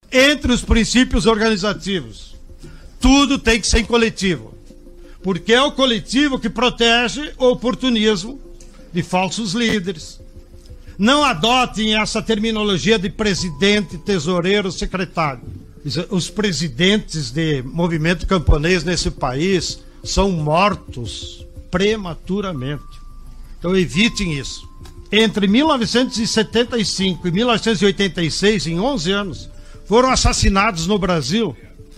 Entre os princípios organizativos, tudo tem que ser coletivo, porque é o coletivo que protege o oportunismo de falsos líderes. Não adotem essa terminologia de presidente, tesoureiro, secretário. Os presidentes de movimento camponês nesse país são mortos prematuramente. Então evitem isso. Entre 1975 e 1986, em 11 anos, foram assassinados no Brasil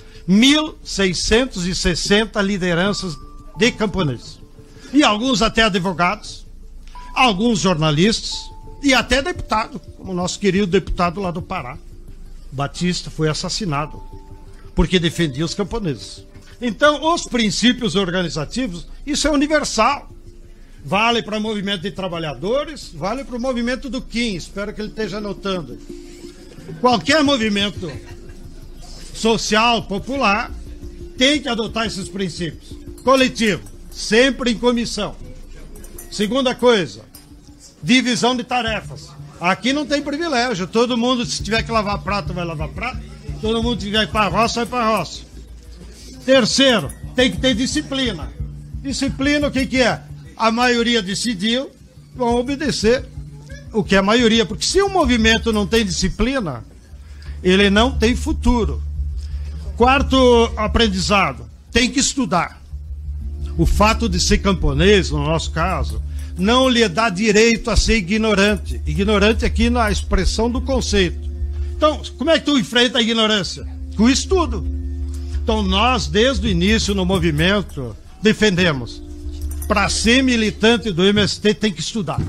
1.660 lideranças de camponeses. E alguns até advogados, alguns jornalistas e até deputado, como o nosso querido deputado lá do Pará. Batista foi assassinado porque defendia os camponeses. Então, os princípios organizativos, isso é universal. Vale para o movimento de trabalhadores, vale para o movimento do Kim, espero que ele esteja anotando. Qualquer movimento social, popular, tem que adotar esses princípios. Coletivo, sempre em comissão. Segunda coisa, divisão de tarefas. Aqui não tem privilégio, todo mundo, se tiver que lavar prato, vai lavar prato, todo mundo tiver que ir para a roça, vai para a roça. Terceiro, tem que ter disciplina. Disciplina, o que é? A maioria decidiu, vão obedecer o que é a maioria, porque se um movimento não tem disciplina, ele não tem futuro. Quarto aprendizado, tem que estudar. O fato de ser camponês, no nosso caso, não lhe dá direito a ser ignorante. Ignorante aqui na expressão do conceito. Então, como é que tu enfrenta a ignorância? Com o estudo. Então, nós, desde o início no movimento, defendemos. Para ser militante do MST, tem que estudar.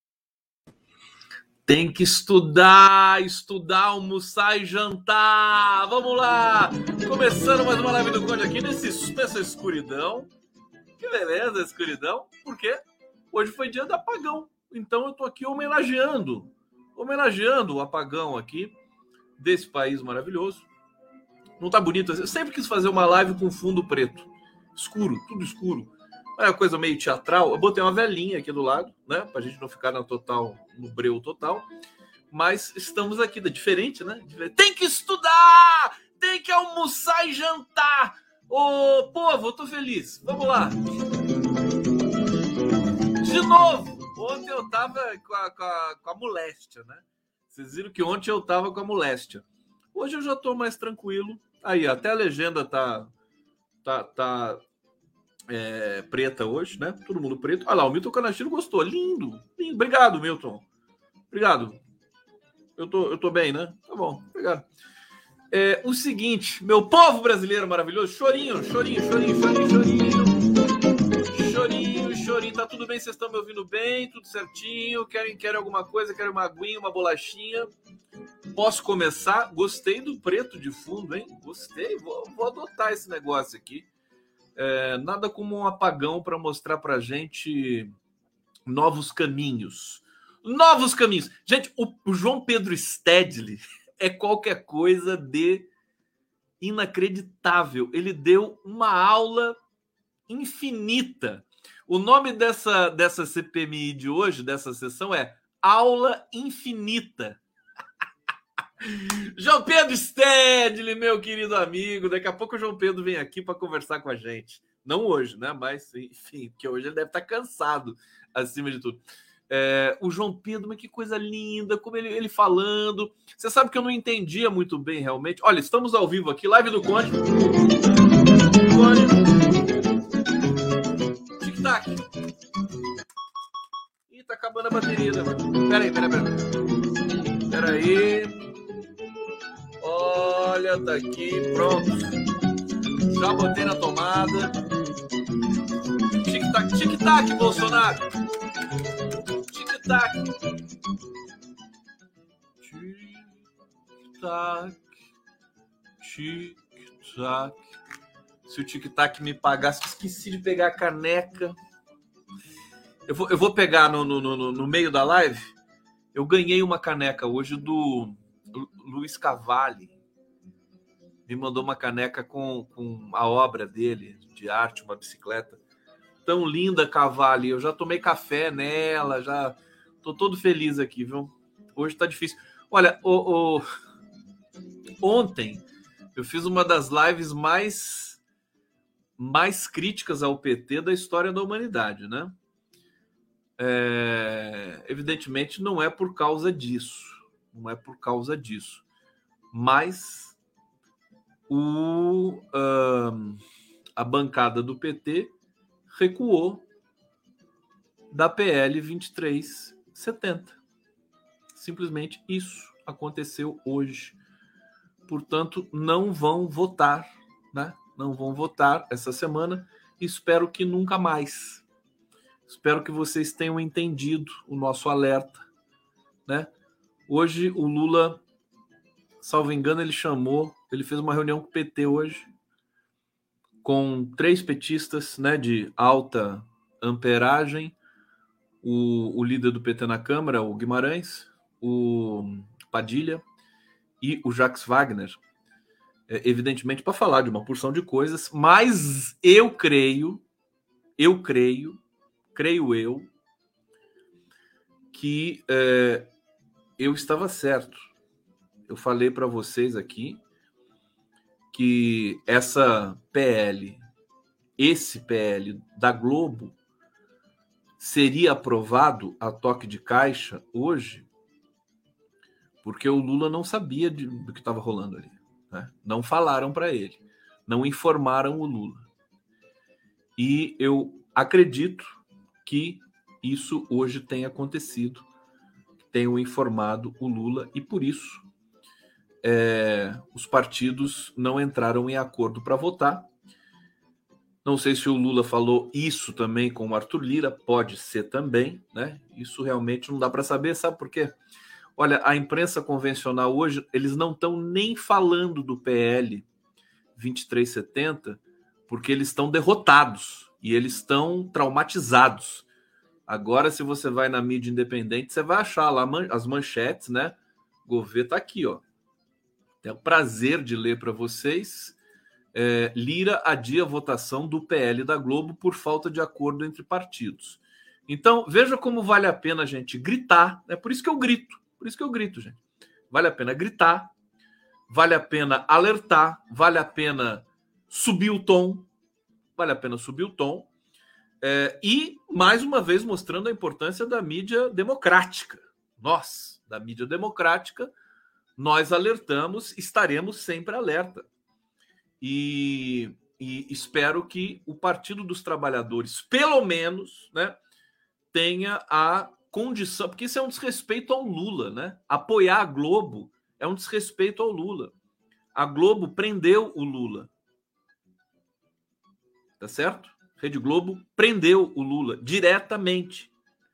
Tem que estudar, almoçar e jantar. Vamos lá! Começando mais uma live do Conde aqui nessa escuridão. Que beleza, escuridão. Por quê? Hoje foi dia do apagão. Então eu tô aqui homenageando o apagão aqui desse país maravilhoso. Não tá bonito? Eu sempre quis fazer uma live com fundo preto. Escuro, tudo escuro. É uma coisa meio teatral. Eu botei uma velhinha aqui do lado, né? Pra gente não ficar no breu total. Mas estamos aqui, diferente, né? Tem que estudar! Tem que almoçar e jantar! Ô, povo, eu tô feliz. Vamos lá. De novo! Ontem eu tava com a moléstia, né? Vocês viram que ontem eu tava com a moléstia. Hoje eu já tô mais tranquilo. Aí, até a legenda tá preta hoje, né? Todo mundo preto. Olha lá, o Milton Canachiro gostou. Lindo, lindo. Obrigado, Milton. Obrigado. Eu tô bem, né? Tá bom, obrigado. O seguinte, meu povo brasileiro maravilhoso, chorinho. Tá tudo bem? Vocês estão me ouvindo bem? Tudo certinho? Querem alguma coisa? Querem uma aguinha, uma bolachinha? Posso começar? Gostei do preto de fundo, hein? Gostei. Vou adotar esse negócio aqui. Nada como um apagão para mostrar pra gente novos caminhos. Novos caminhos. Gente, o João Pedro Stedley é qualquer coisa de inacreditável. Ele deu uma aula infinita. O nome dessa CPMI de hoje, dessa sessão, é Aula Infinita. João Pedro Stedley, meu querido amigo. Daqui a pouco o João Pedro vem aqui para conversar com a gente. Não hoje, né? Mas, enfim, porque hoje ele deve estar cansado, acima de tudo. O João Pedro, mas que coisa linda, como ele falando. Você sabe que eu não entendia muito bem, realmente. Olha, estamos ao vivo aqui, live do Conde. Tic-tac. Ih, tá acabando a bateria. Né? Peraí. Olha, tá aqui, pronto. Já botei na tomada. Tic-tac, Bolsonaro. Tic-tac. Tic-tac. Se o tic-tac me pagasse, esqueci de pegar a caneca. Eu vou pegar no meio da live. Eu ganhei uma caneca hoje do Luiz Cavalli. Me mandou uma caneca com a obra dele de arte, uma bicicleta. Tão linda, Cavalli. Eu já tomei café nela, já tô todo feliz aqui, viu? Hoje tá difícil. Olha, ontem eu fiz uma das lives mais críticas ao PT da história da humanidade, né? Evidentemente não é por causa disso, mas a bancada do PT recuou da PL 2370. Simplesmente isso aconteceu hoje. Portanto, não vão votar, né? Não vão votar essa semana. Espero que nunca mais. Espero que vocês tenham entendido o nosso alerta, né? Hoje o Lula, salvo engano, ele fez uma reunião com o PT hoje, com 3 petistas, né, de alta amperagem, o líder do PT na Câmara, o Guimarães, o Padilha e o Jacques Wagner, evidentemente para falar de uma porção de coisas, mas eu creio que eu estava certo. Eu falei para vocês aqui que esse PL da Globo seria aprovado a toque de caixa hoje, porque o Lula não sabia do que estava rolando ali, né? Não falaram para ele, não informaram o Lula. E eu acredito que isso hoje tenha acontecido, tenham informado o Lula, e por isso os partidos não entraram em acordo para votar. Não sei se o Lula falou isso também com o Arthur Lira, pode ser também, né? Isso realmente não dá para saber, sabe por quê? Olha, a imprensa convencional hoje, eles não estão nem falando do PL 2370, porque eles estão derrotados e eles estão traumatizados. Agora, se você vai na mídia independente, você vai achar lá as manchetes, né? Gouveia está aqui, ó. Tenho o prazer de ler para vocês. Lira adia a votação do PL da Globo por falta de acordo entre partidos. Então, veja como vale a pena a gente gritar. É por isso que eu grito. Gente. Vale a pena gritar, vale a pena alertar, vale a pena subir o tom. E, mais uma vez, mostrando a importância da mídia democrática. Nós, da mídia democrática, nós alertamos, estaremos sempre alerta. E espero que o Partido dos Trabalhadores, pelo menos, né, tenha a condição, porque isso é um desrespeito ao Lula, né? Apoiar a Globo é um desrespeito ao Lula. A Globo prendeu o Lula. Tá certo? Rede Globo prendeu o Lula diretamente.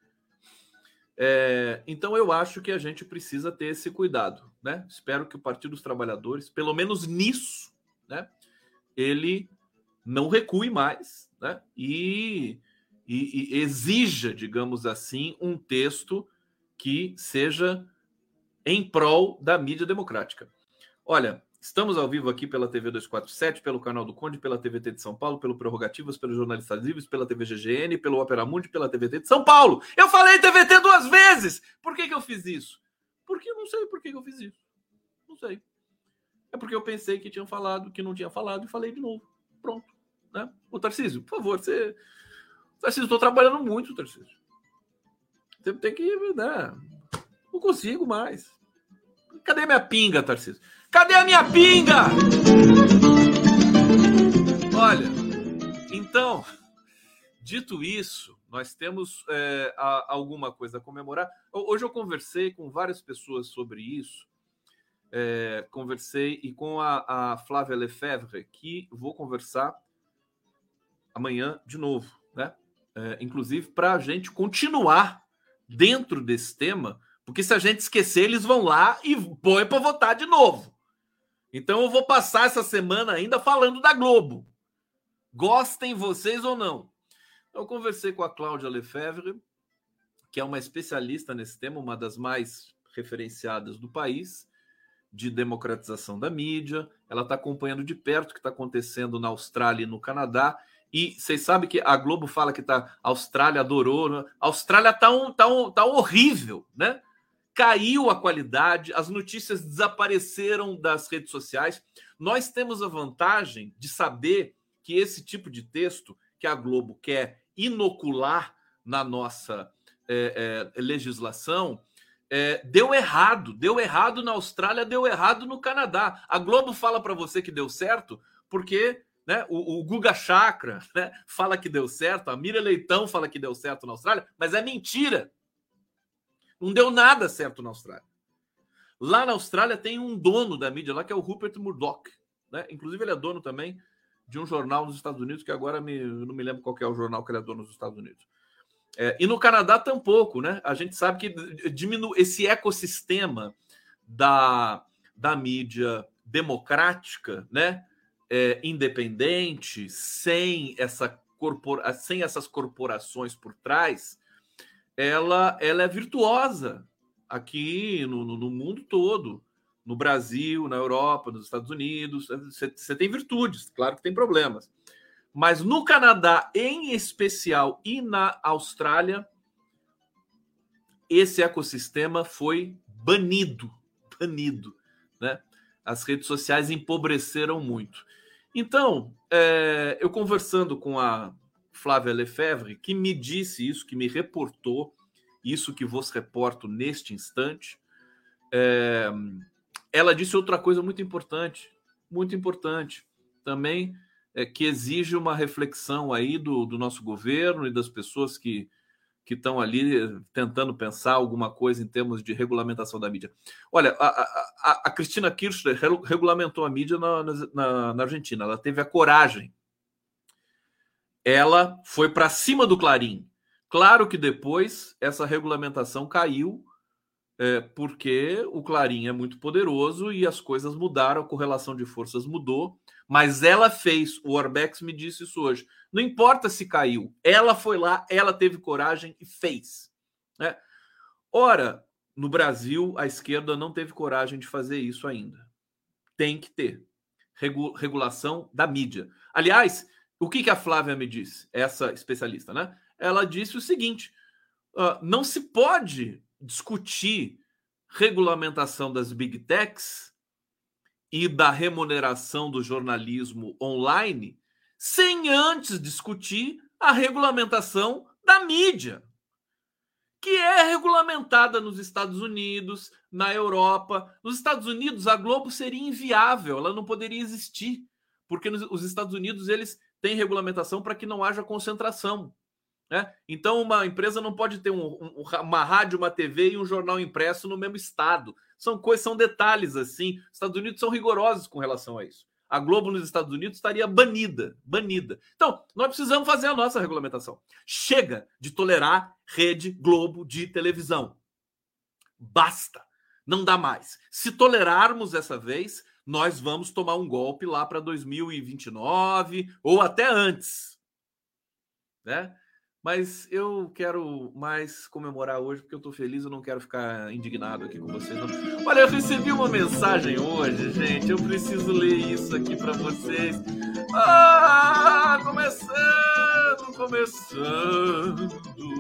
Então eu acho que a gente precisa ter esse cuidado, né? Espero que o Partido dos Trabalhadores, pelo menos nisso, né, ele não recue mais, né? E exija, digamos assim, um texto que seja em prol da mídia democrática. Olha, estamos ao vivo aqui pela TV 247, pelo canal do Conde, pela TVT de São Paulo, pelo Prerrogativas, pelo Jornalistas Livres, pela TV GGN, pelo Opera Mundi, pela TVT de São Paulo. Eu falei TVT 2 vezes! Por que eu fiz isso? Porque eu não sei por que eu fiz isso. Não sei. É porque eu pensei que tinham falado, que não tinha falado, e falei de novo. Pronto. Né? Ô, Tarcísio, por favor, você... Tarcísio, estou trabalhando muito, Tarcísio. Você tem que... Né? Não consigo mais. Cadê minha pinga, Tarcísio? Cadê a minha pinga? Olha, então, dito isso, nós temos alguma coisa a comemorar. Hoje eu conversei com várias pessoas sobre isso. Conversei e com a Flávia Lefebvre, que vou conversar amanhã de novo, né? Inclusive para a gente continuar dentro desse tema, porque se a gente esquecer, eles vão lá e põem para votar de novo. Então eu vou passar essa semana ainda falando da Globo. Gostem vocês ou não. Eu conversei com a Cláudia Lefebvre, que é uma especialista nesse tema, uma das mais referenciadas do país, de democratização da mídia. Ela está acompanhando de perto o que está acontecendo na Austrália e no Canadá. E vocês sabem que a Globo fala que a Austrália adorou, né? A Austrália tá horrível, né? caiu a qualidade, as notícias desapareceram das redes sociais. Nós temos a vantagem de saber que esse tipo de texto que a Globo quer inocular na nossa legislação deu errado na Austrália, deu errado no Canadá. A Globo fala para você que deu certo porque, né, o Guga Chakra, né, fala que deu certo, a Miriam Leitão fala que deu certo na Austrália, mas é mentira. Não deu nada certo na Austrália. Lá na Austrália tem um dono da mídia lá, que é o Rupert Murdoch, né? Inclusive ele é dono também de um jornal nos Estados Unidos, que agora eu não me lembro qual que é o jornal que ele é dono nos Estados Unidos. E no Canadá tampouco, né? A gente sabe que diminui esse ecossistema da mídia democrática, né? Independente, sem essas corporações por trás, ela é virtuosa aqui no mundo todo, no Brasil, na Europa, nos Estados Unidos. Você tem virtudes, claro que tem problemas. Mas no Canadá, em especial, e na Austrália, esse ecossistema foi banido, né? As redes sociais empobreceram muito. Então, eu conversando com a Flávia Lefebvre, que me disse isso, que me reportou isso que vos reporto neste instante, ela disse outra coisa muito importante também, que exige uma reflexão aí do nosso governo e das pessoas que estão ali tentando pensar alguma coisa em termos de regulamentação da mídia. Olha, a Cristina Kirchner regulamentou a mídia na Argentina. Ela teve a coragem. Ela foi para cima do Clarim. Claro que depois essa regulamentação caiu, porque o Clarim é muito poderoso e as coisas mudaram, a correlação de forças mudou, mas ela fez, o Orbex me disse isso hoje, não importa se caiu, ela foi lá, ela teve coragem e fez, né? Ora, no Brasil, a esquerda não teve coragem de fazer isso ainda. Tem que ter regulação da mídia. Aliás, o que a Flávia me disse, essa especialista, né? Ela disse o seguinte, não se pode discutir regulamentação das big techs e da remuneração do jornalismo online sem antes discutir a regulamentação da mídia, que é regulamentada nos Estados Unidos, na Europa. Nos Estados Unidos, a Globo seria inviável, ela não poderia existir, porque os Estados Unidos eles têm regulamentação para que não haja concentração. Então, uma empresa não pode ter uma rádio, uma TV e um jornal impresso no mesmo estado. São detalhes assim. Os Estados Unidos são rigorosos com relação a isso. A Globo nos Estados Unidos estaria banida. Então, nós precisamos fazer a nossa regulamentação. Chega de tolerar Rede Globo de televisão. Basta. Não dá mais. Se tolerarmos essa vez, nós vamos tomar um golpe lá para 2029 ou até antes, né? Mas eu quero mais comemorar hoje, porque eu tô feliz, eu não quero ficar indignado aqui com vocês, não. Olha, eu recebi uma mensagem hoje, gente, eu preciso ler isso aqui para vocês. Começando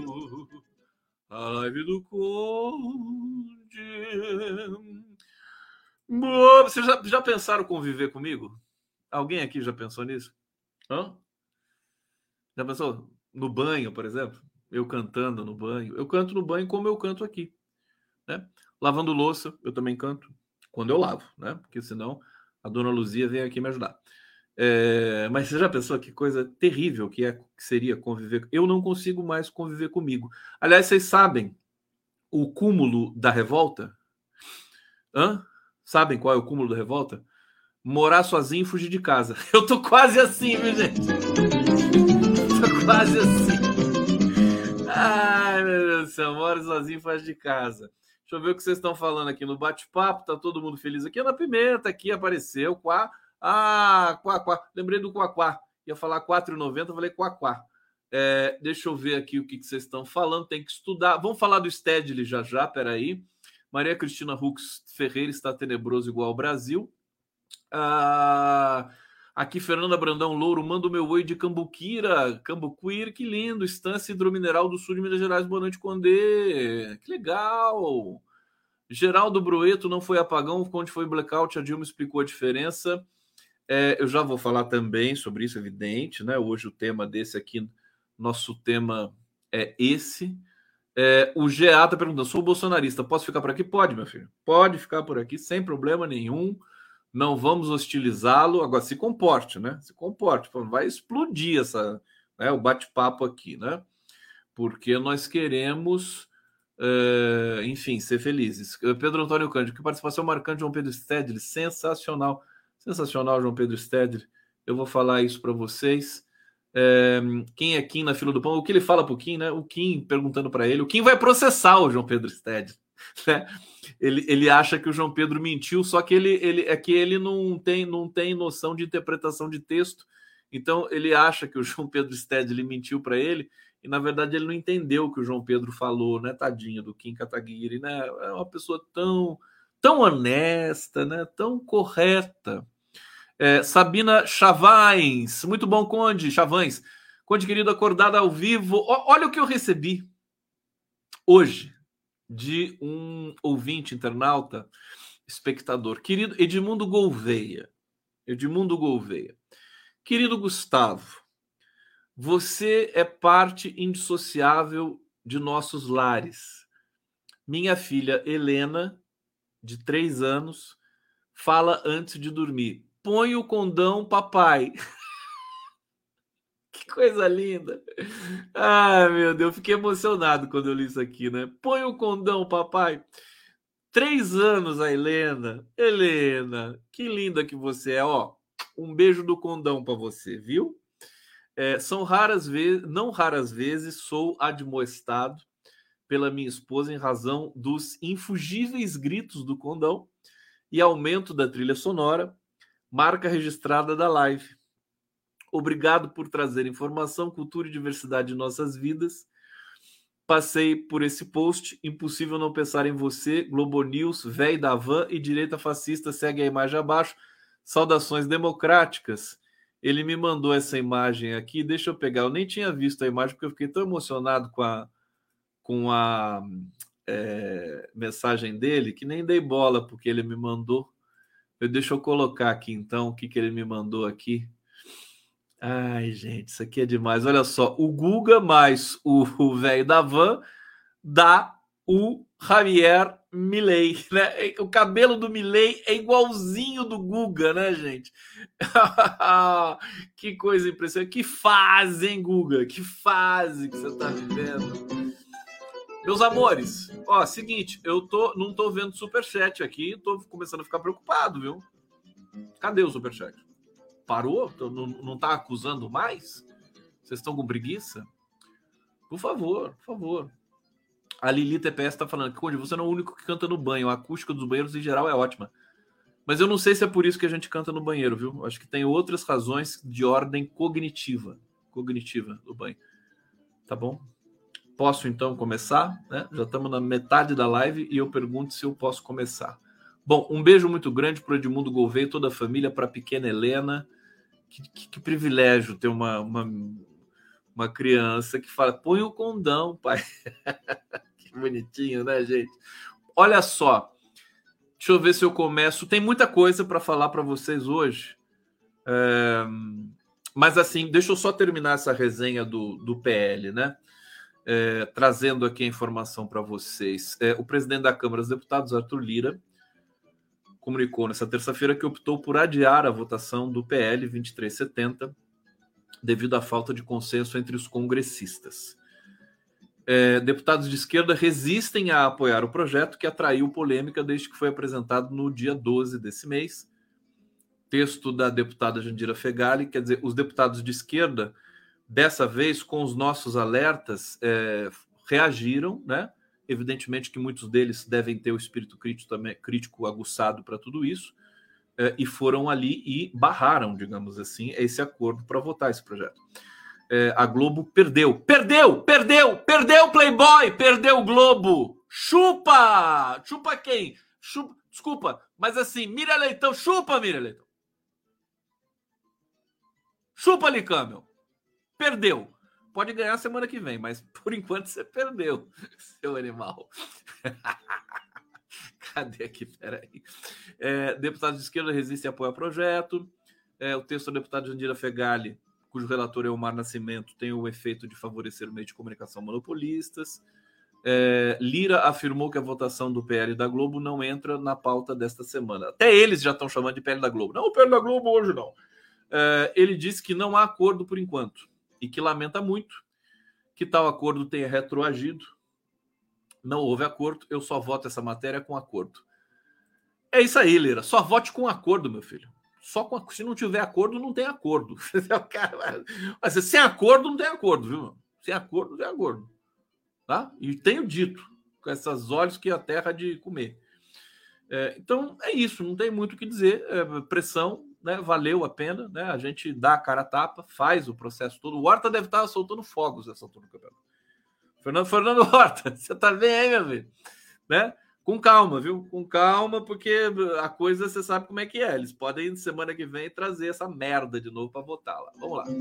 a live do Conde. Vocês já pensaram conviver comigo? Alguém aqui já pensou nisso? Já pensou? No banho, por exemplo, eu cantando no banho. Eu canto no banho como eu canto aqui, né? Lavando louça, eu também canto quando eu lavo, né? Porque senão a dona Luzia vem aqui me ajudar. Mas você já pensou que coisa terrível que seria conviver? Eu não consigo mais conviver comigo. Aliás, vocês sabem o cúmulo da revolta? Sabem qual é o cúmulo da revolta? Morar sozinho e fugir de casa. Eu tô quase assim, viu, gente? Quase assim. Ai, meu Deus do céu, moro sozinho e faz de casa. Deixa eu ver o que vocês estão falando aqui no bate-papo. Tá todo mundo feliz aqui. Ana Pimenta aqui apareceu. Quá. Lembrei do Quaquá. Ia falar 4,90, falei Quaquá. Deixa eu ver aqui o que vocês estão falando. Tem que estudar. Vamos falar do Stedley já. Peraí. Maria Cristina Hux Ferreira está tenebroso igual ao Brasil. Aqui, Fernanda Brandão Louro, manda o meu oi de Cambuquira, que lindo, Estância Hidromineral do Sul de Minas Gerais, boa noite, Condé, que legal, Geraldo Broeto, não foi apagão, onde foi blackout, a Dilma explicou a diferença. Eu já vou falar também sobre isso, evidente, né? Hoje o tema desse aqui, nosso tema é esse. O GA está perguntando, sou bolsonarista, posso ficar por aqui? Pode, meu filho, pode ficar por aqui, sem problema nenhum, não vamos hostilizá-lo, agora se comporte, né? Se comporte, vai explodir o bate-papo aqui, né? Porque nós queremos, enfim, ser felizes. Pedro Antônio Cândido, que participação marcante de João Pedro Stedley, sensacional, sensacional, João Pedro Stedley, eu vou falar isso para vocês. Quem é Kim na fila do pão? O que ele fala pro Kim, né? O Kim perguntando para ele. O Kim vai processar o João Pedro Stedley, né? Ele acha que o João Pedro mentiu, só que ele não tem noção de interpretação de texto. Então ele acha que o João Pedro Stedley mentiu para ele e na verdade ele não entendeu o que o João Pedro falou, né? Tadinho do Kim Kataguiri, né? É uma pessoa tão honesta, né? Tão correta. Sabina Chavães, muito bom, Conde Chavães. Conde querido, acordada ao vivo. Olha o que eu recebi hoje de um ouvinte, internauta, espectador. Querido Edmundo Gouveia. Querido Gustavo, você é parte indissociável de nossos lares. Minha filha Helena, de 3 anos, fala antes de dormir: põe o condão, papai. Que coisa linda. Ai, meu Deus, eu fiquei emocionado quando eu li isso aqui, né? Põe o condão, papai. 3 anos a Helena. Helena, que linda que você é. Um beijo do condão para você, viu? São raras vezes, não raras vezes, sou admoestado pela minha esposa em razão dos infugíveis gritos do condão e aumento da trilha sonora, marca registrada da live. Obrigado por trazer informação, cultura e diversidade em nossas vidas. Passei por esse post, impossível não pensar em você, Globo News, véi da van e direita fascista, segue a imagem abaixo. Saudações democráticas. Ele me mandou essa imagem aqui, deixa eu pegar, eu nem tinha visto a imagem porque eu fiquei tão emocionado com a mensagem dele que nem dei bola porque ele me mandou. Deixa eu colocar aqui então o que ele me mandou aqui. Ai, gente, isso aqui é demais. Olha só, o Guga mais o velho da van dá o Javier Milei, né? O cabelo do Milei é igualzinho do Guga, né, gente? Que coisa impressionante. Que fase, hein, Guga? Que fase que você tá vivendo. Meus amores, seguinte, eu não tô vendo superchat aqui, tô começando a ficar preocupado, viu? Cadê o superchat? Parou? Não tá acusando mais? Vocês estão com preguiça? Por favor. A Lili TPS tá falando que, Conde, você não é o único que canta no banho. A acústica dos banheiros, em geral, é ótima. Mas eu não sei se é por isso que a gente canta no banheiro, viu? Acho que tem outras razões de ordem cognitiva do banho. Tá bom? Posso, então, começar? Né? Já estamos na metade da live e eu pergunto se eu posso começar. Bom, um beijo muito grande para o Edmundo Gouveia e toda a família, para a pequena Helena. Que privilégio ter uma criança que fala, põe o condão, pai. Que bonitinho, né, gente? Olha só, deixa eu ver se eu começo. Tem muita coisa para falar para vocês hoje. Mas assim, deixa eu só terminar essa resenha do PL, né? Trazendo aqui a informação para vocês. O presidente da Câmara dos Deputados, Arthur Lira, comunicou nessa terça-feira que optou por adiar a votação do PL 2370 devido à falta de consenso entre os congressistas. Deputados de esquerda resistem a apoiar o projeto, que atraiu polêmica desde que foi apresentado no dia 12 desse mês. Texto da deputada Jandira Fegali, quer dizer, os deputados de esquerda, dessa vez, com os nossos alertas, reagiram, né? Evidentemente que muitos deles devem ter o espírito crítico aguçado para tudo isso, e foram ali e barraram, digamos assim, esse acordo para votar esse projeto. A Globo perdeu, Playboy, perdeu o Globo, chupa quem? Desculpa, mas assim, Miriam Leitão, chupa ali, meu, perdeu. Pode ganhar semana que vem, mas por enquanto você perdeu, seu animal. Cadê aqui? Peraí. Deputados de esquerda resistem e apoiam o projeto. O texto do deputado Jandira Fegali, cujo relator é o Omar Nascimento, tem o efeito de favorecer o meio de comunicação monopolistas. Lira afirmou que a votação do PL da Globo não entra na pauta desta semana. Até eles já estão chamando de PL da Globo. Não, o PL da Globo hoje não. Ele disse que não há acordo por enquanto e que lamenta muito que tal acordo tenha retroagido. Não houve acordo, eu só voto essa matéria com acordo. É isso aí, Lira. Só vote com acordo, meu filho. Se não tiver acordo, não tem acordo. Mas sem acordo, não tem acordo, viu? Sem acordo, não tem acordo. Tá? E tenho dito, com esses olhos que a terra há de comer. Então, é isso. Não tem muito o que dizer. Pressão, né? Valeu a pena. Né? A gente dá a cara a tapa, faz o processo todo. O Horta deve estar soltando fogos nessa altura do campeonato. Fernando Horta, você tá bem aí, meu filho? Né? Com calma, viu? Com calma, porque a coisa você sabe como é que é. Eles podem, semana que vem, trazer essa merda de novo para votar lá. Vamos lá.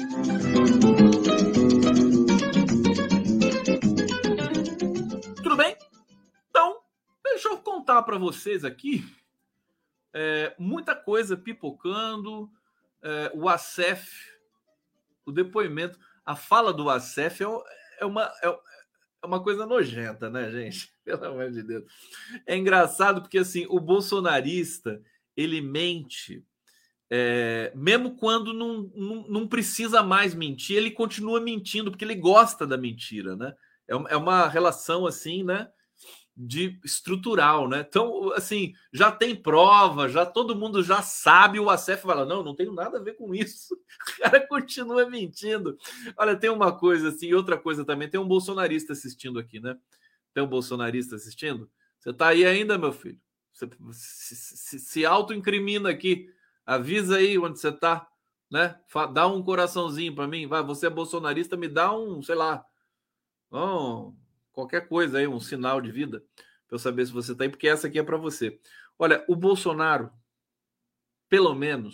Tudo bem? Então, deixa eu contar para vocês aqui. Muita coisa pipocando. O Assef, o depoimento, a fala do Assef é uma coisa nojenta, né, gente? Pelo amor de Deus. É engraçado porque, assim, o bolsonarista, ele mente, mesmo quando não precisa mais mentir, ele continua mentindo, porque ele gosta da mentira, né? É uma relação, assim, né, estrutural, né? Então, assim, já tem prova, todo mundo já sabe, o Assef fala, não tenho nada a ver com isso. O cara continua mentindo. Olha, tem uma coisa assim, outra coisa também, tem um bolsonarista assistindo aqui, né? Tem um bolsonarista assistindo? Você tá aí ainda, meu filho? Você se auto-incrimina aqui. Avisa aí onde você tá, né? Dá um coraçãozinho para mim. Vai, você é bolsonarista, me dá um, sei lá, qualquer coisa aí, um sinal de vida, para eu saber se você tá aí, porque essa aqui é para você. Olha, o Bolsonaro, pelo menos,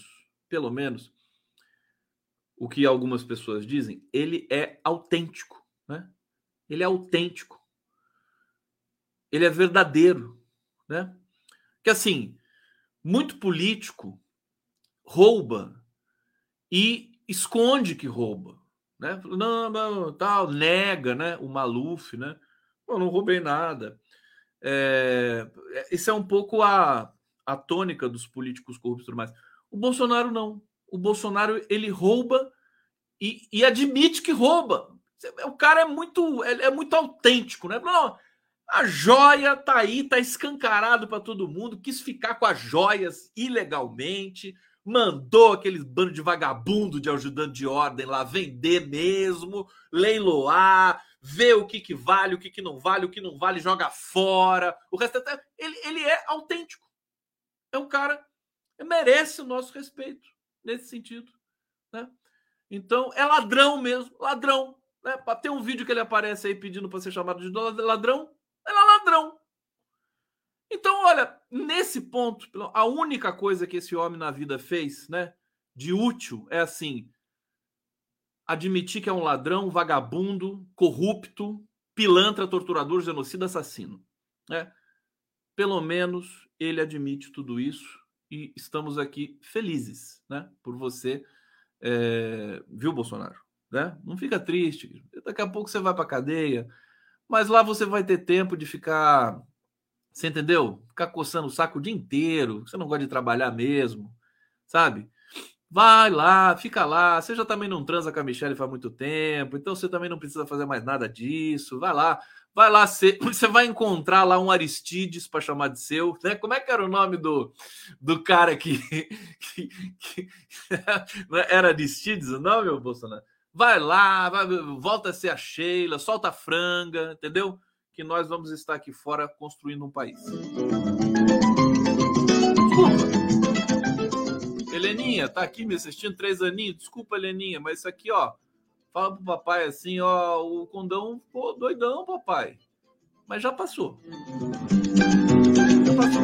o que algumas pessoas dizem, ele é autêntico, né? Ele é autêntico. Ele é verdadeiro, né? Que assim, muito político rouba e esconde que rouba, né? Não, tal, nega, né? O Maluf, né? Eu não roubei nada. Isso é um pouco a tônica dos políticos corruptos e tudo mais. O Bolsonaro não. O Bolsonaro, ele rouba e admite que rouba. O cara é muito autêntico, né? Não, a joia tá aí, tá escancarado para todo mundo, quis ficar com as joias ilegalmente, mandou aqueles bando de vagabundo de ajudante de ordem lá vender mesmo, leiloar, ver o que vale, o que não vale, o que não vale joga fora. O resto ele é autêntico. É um cara que merece o nosso respeito nesse sentido, né? Então é ladrão mesmo, ladrão, né? Tem um vídeo que ele aparece aí pedindo para ser chamado de ladrão. Era ladrão. Então, olha, nesse ponto, a única coisa que esse homem na vida fez, né, de útil, é assim, admitir que é um ladrão, vagabundo, corrupto, pilantra, torturador, genocida, assassino, né? Pelo menos ele admite tudo isso e estamos aqui felizes, né, por você, viu, Bolsonaro, né? Não fica triste. Daqui a pouco você vai para cadeia. Mas lá você vai ter tempo de ficar, você entendeu? Ficar coçando o saco o dia inteiro. Você não gosta de trabalhar mesmo, sabe? Vai lá, fica lá. Você já também não transa com a Michelle faz muito tempo, então você também não precisa fazer mais nada disso. Vai lá, você vai encontrar lá um Aristides para chamar de seu, né? Como é que era o nome do cara que era Aristides o nome, meu Bolsonaro? Vai lá, volta a ser a Sheila, solta a franga, entendeu? Que nós vamos estar aqui fora construindo um país. Desculpa. Heleninha, tá aqui me assistindo 3 aninhos. Desculpa, Heleninha, mas isso aqui, ó. Fala pro papai assim, ó. O condão ficou doidão, papai. Mas já passou. Já passou.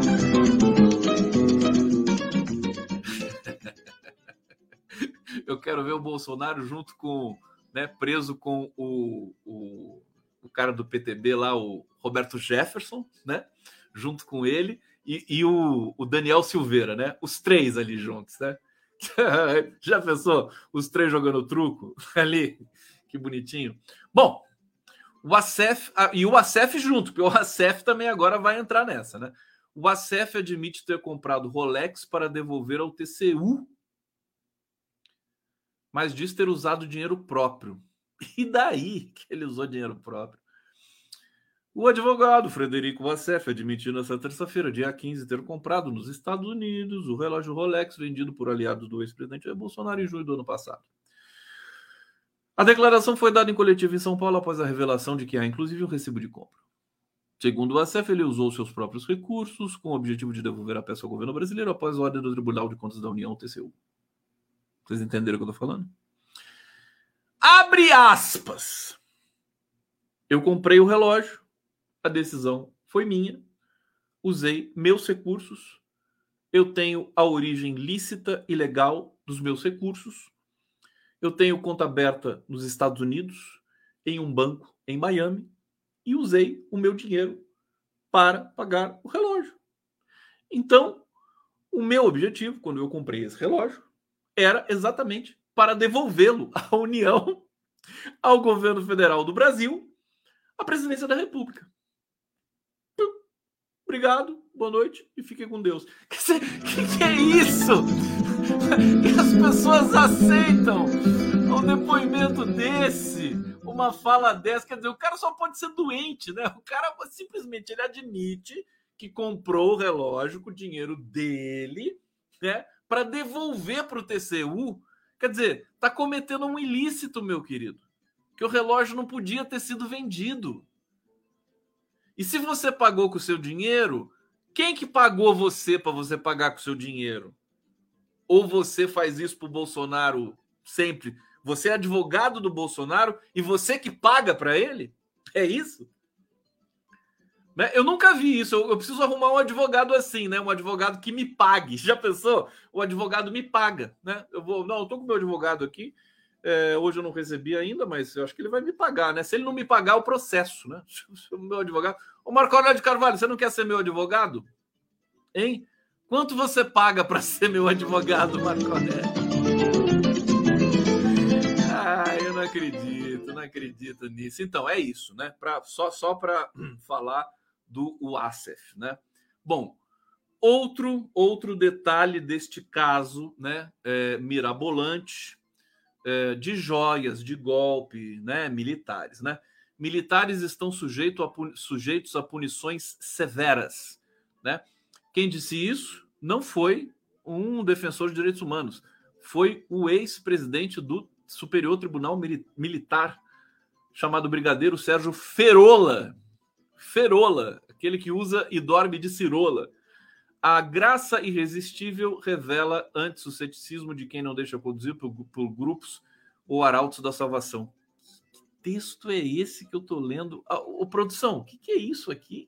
Eu quero ver o Bolsonaro junto com, né, preso com o cara do PTB lá, o Roberto Jefferson, né? junto com ele e o Daniel Silveira, né? Os três ali juntos, né? Já pensou? Os três jogando truco ali? Que bonitinho. Bom, o Assef, e o Assef junto, porque o Assef também agora vai entrar nessa, né? O Assef admite ter comprado Rolex para devolver ao TCU, mas diz ter usado dinheiro próprio. E daí que ele usou dinheiro próprio? O advogado Frederico Assef admitiu nesta terça-feira, dia 15, ter comprado nos Estados Unidos o relógio Rolex vendido por aliados do ex-presidente Bolsonaro em julho do ano passado. A declaração foi dada em coletivo em São Paulo após a revelação de que há inclusive um recibo de compra. Segundo o Assef, ele usou seus próprios recursos com o objetivo de devolver a peça ao governo brasileiro após a ordem do Tribunal de Contas da União, TCU. Vocês entenderam o que eu estou falando? Abre aspas. Eu comprei o relógio, a decisão foi minha, usei meus recursos, eu tenho a origem lícita e legal dos meus recursos, eu tenho conta aberta nos Estados Unidos, em um banco em Miami, e usei o meu dinheiro para pagar o relógio. Então, o meu objetivo, quando eu comprei esse relógio, era exatamente para devolvê-lo à União, ao governo federal do Brasil, à presidência da República. Obrigado, boa noite e fiquem com Deus. Que é isso? E as pessoas aceitam um depoimento desse, uma fala dessa. Quer dizer, o cara só pode ser doente, né? O cara simplesmente ele admite que comprou o relógio com o dinheiro dele, né? Para devolver para o TCU. Quer dizer, tá cometendo um ilícito, meu querido. Que o relógio não podia ter sido vendido. E se você pagou com o seu dinheiro, quem que pagou você para você pagar com o seu dinheiro? Ou você faz isso para o Bolsonaro sempre? Você é advogado do Bolsonaro e você que paga para ele? É isso? Né? Eu nunca vi isso. Eu preciso arrumar um advogado assim, né? Um advogado que me pague. Já pensou? O advogado me paga, né? Eu tô com o meu advogado aqui. Hoje eu não recebi ainda, mas eu acho que ele vai me pagar, né? Se ele não me pagar, o processo, né? O meu advogado. Ô, Marco Aurélio de Carvalho, você não quer ser meu advogado? Hein? Quanto você paga para ser meu advogado, Marco Aurélio? Eu não acredito nisso. Então, é isso, né? Só para falar do Assef, né? Bom, outro detalhe deste caso, né? Mirabolante, de joias, de golpe, né? Militares, né? Militares estão sujeitos a punições severas, né? Quem disse isso não foi um defensor de direitos humanos, foi o ex-presidente do Superior Tribunal Militar, chamado Brigadeiro Sérgio Ferola. Ferola, aquele que usa e dorme de cirola. A graça irresistível revela antes o ceticismo de quem não deixa conduzir por grupos ou arautos da salvação. Que texto é esse que eu estou lendo? Produção, o que é isso aqui?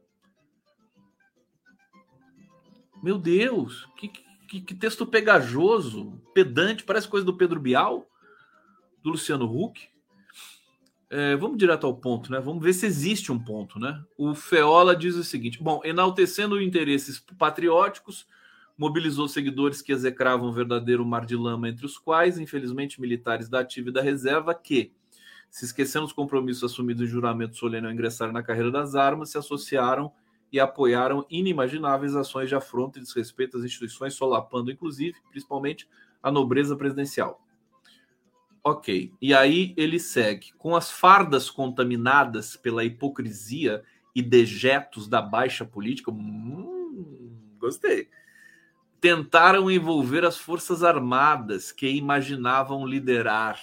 Meu Deus, que texto pegajoso, pedante, parece coisa do Pedro Bial, do Luciano Huck. Vamos direto ao ponto, né? Vamos ver se existe um ponto, né? O Feola diz o seguinte: bom, enaltecendo interesses patrióticos, mobilizou seguidores que execravam um verdadeiro mar de lama, entre os quais, infelizmente, militares da ativa e da reserva, que, se esquecendo os compromissos assumidos em juramento solene ao ingressar na carreira das armas, se associaram e apoiaram inimagináveis ações de afronta e desrespeito às instituições, solapando, inclusive, principalmente, a nobreza presidencial. Ok, e aí ele segue. Com as fardas contaminadas pela hipocrisia e dejetos da baixa política, gostei. Tentaram envolver as forças armadas que imaginavam liderar.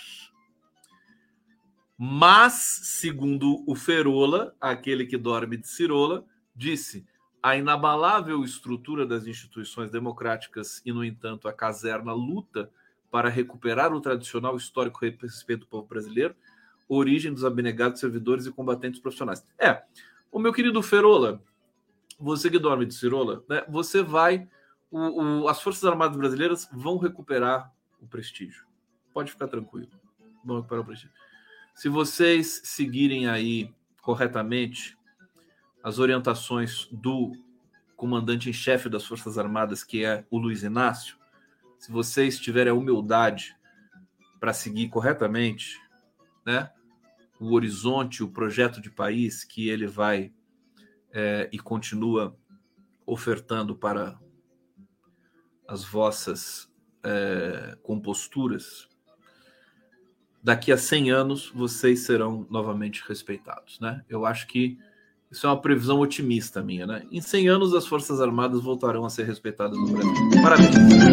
Mas, segundo o Ferola, aquele que dorme de cirola, disse: a inabalável estrutura das instituições democráticas e, no entanto, a caserna luta para recuperar o tradicional histórico respeito do povo brasileiro, origem dos abnegados servidores e combatentes profissionais. O meu querido Ferola, você que dorme de cirola, né, você vai... as Forças Armadas Brasileiras vão recuperar o prestígio. Pode ficar tranquilo. Vão recuperar o prestígio. Se vocês seguirem aí corretamente as orientações do comandante em chefe das Forças Armadas, que é o Luiz Inácio, se vocês tiverem a humildade para seguir corretamente, né, o horizonte, o projeto de país que ele vai e continua ofertando para as vossas composturas, daqui a 100 anos vocês serão novamente respeitados, né? Eu acho que isso é uma previsão otimista minha, né? Em 100 anos as Forças Armadas voltarão a ser respeitadas no Brasil. Parabéns!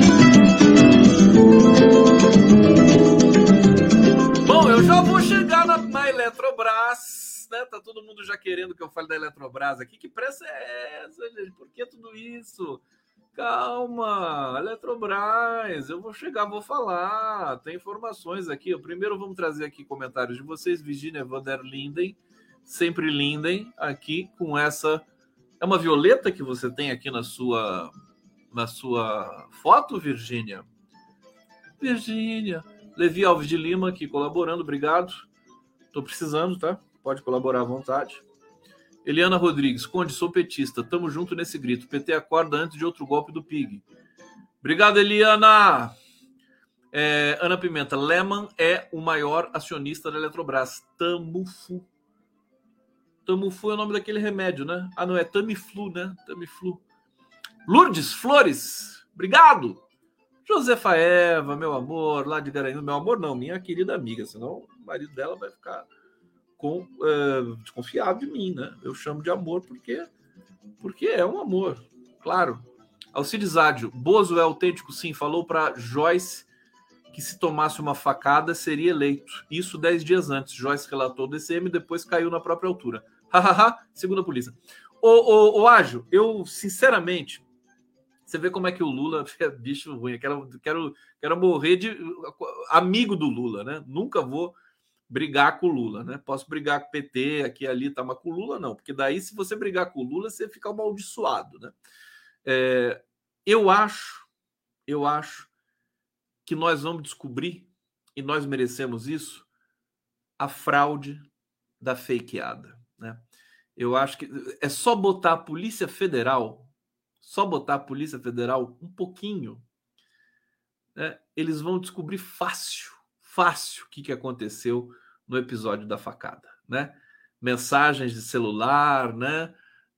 Bom, eu já vou chegar na Eletrobras, né? Tá todo mundo já querendo que eu fale da Eletrobras aqui. Que pressa é essa, gente? Por que tudo isso? Calma, Eletrobras, eu vou chegar, vou falar. Tem informações aqui. Primeiro vamos trazer aqui comentários de vocês. Virginia van der Linden, sempre Linden, aqui com essa... É uma violeta que você tem aqui na sua foto, Virgínia? Virgínia. Levi Alves de Lima aqui colaborando, obrigado. Tô precisando, tá? Pode colaborar à vontade. Eliana Rodrigues, Conde, sou petista, tamo junto nesse grito. PT acorda antes de outro golpe do PIG. Obrigado, Eliana. Ana Pimenta, Lehman é o maior acionista da Eletrobras. Tamufu. Tamufu é o nome daquele remédio, né? Ah, não, é Tamiflu, né? Tamiflu. Lourdes Flores, obrigado. Josefa Eva, meu amor, lá de Garanhuns. Meu amor não, minha querida amiga, senão o marido dela vai ficar desconfiado de mim, né? Eu chamo de amor porque é um amor, claro. Alcides Ádio, Bozo é autêntico, sim, falou para Joyce que se tomasse uma facada seria eleito. Isso 10 dias antes. Joyce relatou o DCM e depois caiu na própria altura. Hahaha, segundo a polícia. Ô Ágio, eu sinceramente, você vê como é que o Lula é bicho ruim. Eu quero morrer de amigo do Lula, né? Nunca vou brigar com o Lula, né? Posso brigar com o PT aqui ali, tá, mas com o Lula não, porque daí se você brigar com o Lula, você fica amaldiçoado, né? Eu acho que nós vamos descobrir, e nós merecemos isso, a fraude da fakeada, né? Eu acho que é só botar a Polícia Federal, um pouquinho, né? Eles vão descobrir fácil o que aconteceu no episódio da facada, né? Mensagens de celular, né?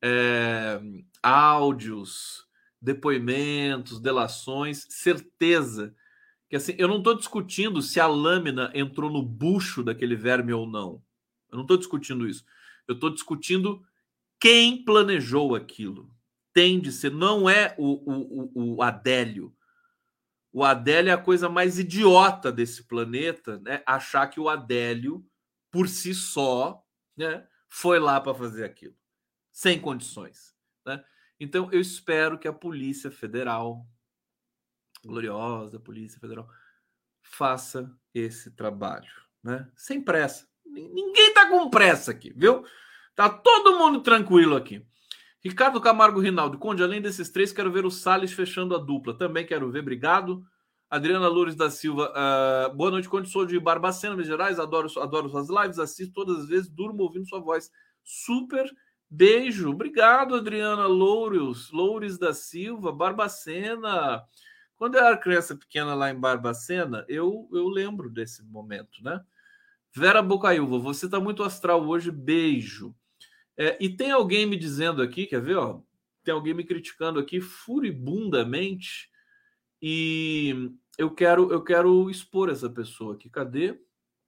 Áudios, depoimentos, delações, certeza que assim, eu não estou discutindo se a lâmina entrou no bucho daquele verme ou não. Eu não estou discutindo isso. Eu estou discutindo quem planejou aquilo. Tem de ser, não é o Adélio. O Adélio é a coisa mais idiota desse planeta, né? Achar que o Adélio, por si só, né, foi lá para fazer aquilo. Sem condições, né? Então, eu espero que a Polícia Federal, gloriosa Polícia Federal, faça esse trabalho, né? Sem pressa. Ninguém tá com pressa aqui, viu? Tá todo mundo tranquilo aqui. Ricardo Camargo Rinaldo, Conde, além desses três, quero ver o Salles fechando a dupla. Também quero ver, obrigado. Adriana Loures da Silva, boa noite, Conde, sou de Barbacena, Minas Gerais, adoro suas lives, assisto todas as vezes, durmo ouvindo sua voz. Super beijo, obrigado, Adriana Loures da Silva, Barbacena. Quando eu era criança pequena lá em Barbacena, eu lembro desse momento, né? Vera Bocaiúva, você tá muito astral hoje, beijo. E tem alguém me dizendo aqui, quer ver? Ó, tem alguém me criticando aqui furibundamente e eu quero expor essa pessoa aqui. Cadê?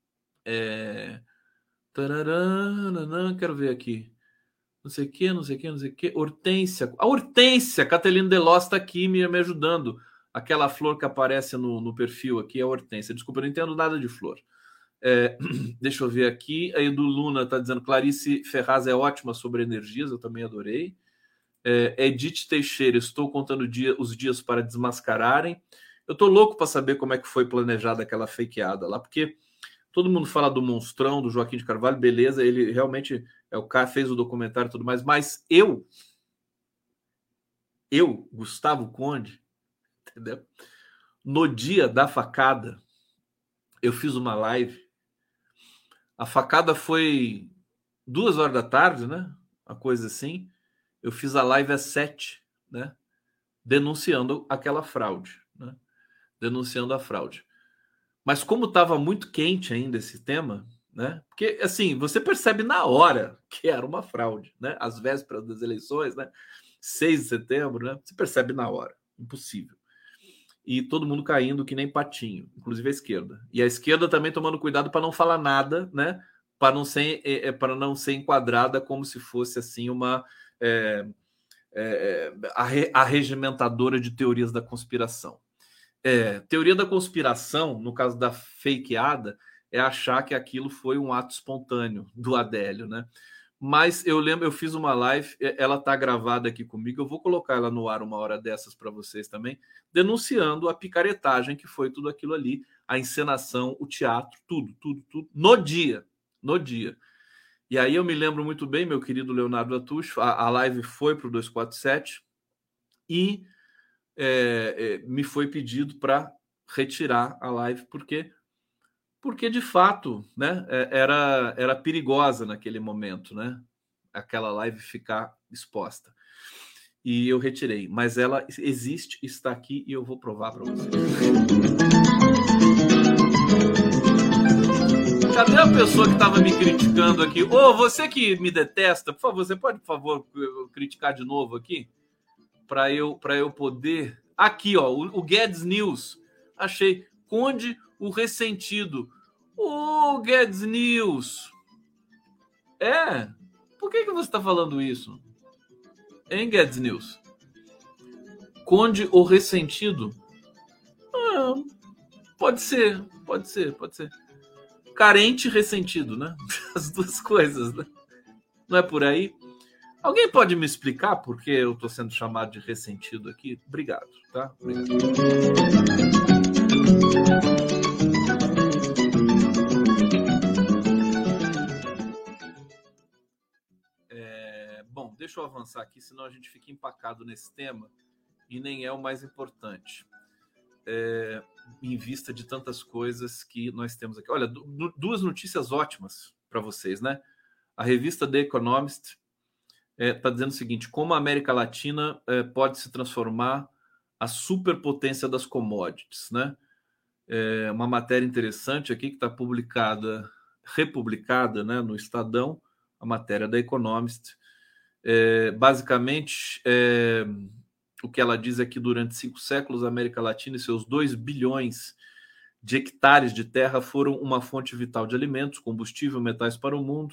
Quero ver aqui. Não sei o que. Hortência. A Hortência, Catalina Delos está aqui me ajudando. Aquela flor que aparece no perfil aqui é a Hortência. Desculpa, eu não entendo nada de flor. Deixa eu ver aqui. A Edu Luna está dizendo Clarice Ferraz é ótima sobre energias, eu também adorei. Edith Teixeira, estou contando os dias para desmascararem. Eu tô louco para saber como é que foi planejada aquela fakeada lá, porque todo mundo fala do monstrão, do Joaquim de Carvalho, beleza, ele realmente é o cara, fez o documentário e tudo mais, mas eu, Gustavo Conde, entendeu? No dia da facada, eu fiz uma live. A facada foi 2 horas da tarde, né? uma coisa assim. Eu fiz a live às 7, né? Denunciando aquela fraude, né? Denunciando a fraude. Mas como estava muito quente ainda esse tema, né? Porque, assim, você percebe na hora que era uma fraude, né? Às vésperas das eleições, né? 6 de setembro, né? Você percebe na hora. Impossível. E todo mundo caindo que nem patinho, inclusive a esquerda. E a esquerda também tomando cuidado para não falar nada, né? Para não ser enquadrada como se fosse assim uma arregimentadora de teorias da conspiração. Teoria da conspiração, no caso da fakeada, é achar que aquilo foi um ato espontâneo do Adélio, né? Mas eu lembro, eu fiz uma live, ela tá gravada aqui comigo, eu vou colocar ela no ar uma hora dessas para vocês também, denunciando a picaretagem que foi tudo aquilo ali, a encenação, o teatro, tudo, no dia. E aí eu me lembro muito bem, meu querido Leonardo Atucho, a live foi para o 247 e me foi pedido para retirar a live, porque de fato, né, era perigosa naquele momento, né, aquela live ficar exposta. E eu retirei, mas ela existe, está aqui e eu vou provar para vocês. Cadê a pessoa que estava me criticando aqui? Você que me detesta, por favor, você pode, por favor, criticar de novo aqui? Para eu poder... Aqui, ó, o Guedes News. Achei. Conde o ressentido. Guedes News. Por que você está falando isso? Hein, Guedes News? Conde o ressentido? Pode ser. Carente e ressentido, né? As duas coisas, né? Não é por aí? Alguém pode me explicar por que eu estou sendo chamado de ressentido aqui? Obrigado, tá? Obrigado. Bom, deixa eu avançar aqui, senão a gente fica empacado nesse tema e nem é o mais importante. Em vista de tantas coisas que nós temos aqui. Olha, duas notícias ótimas para vocês, né? A revista The Economist está dizendo o seguinte: como a América Latina pode se transformar a superpotência das commodities, né? Uma matéria interessante aqui que está republicada, né, no Estadão, a matéria da Economist. Basicamente, o que ela diz é que durante 5 séculos a América Latina e seus 2 bilhões de hectares de terra foram uma fonte vital de alimentos, combustível, metais para o mundo.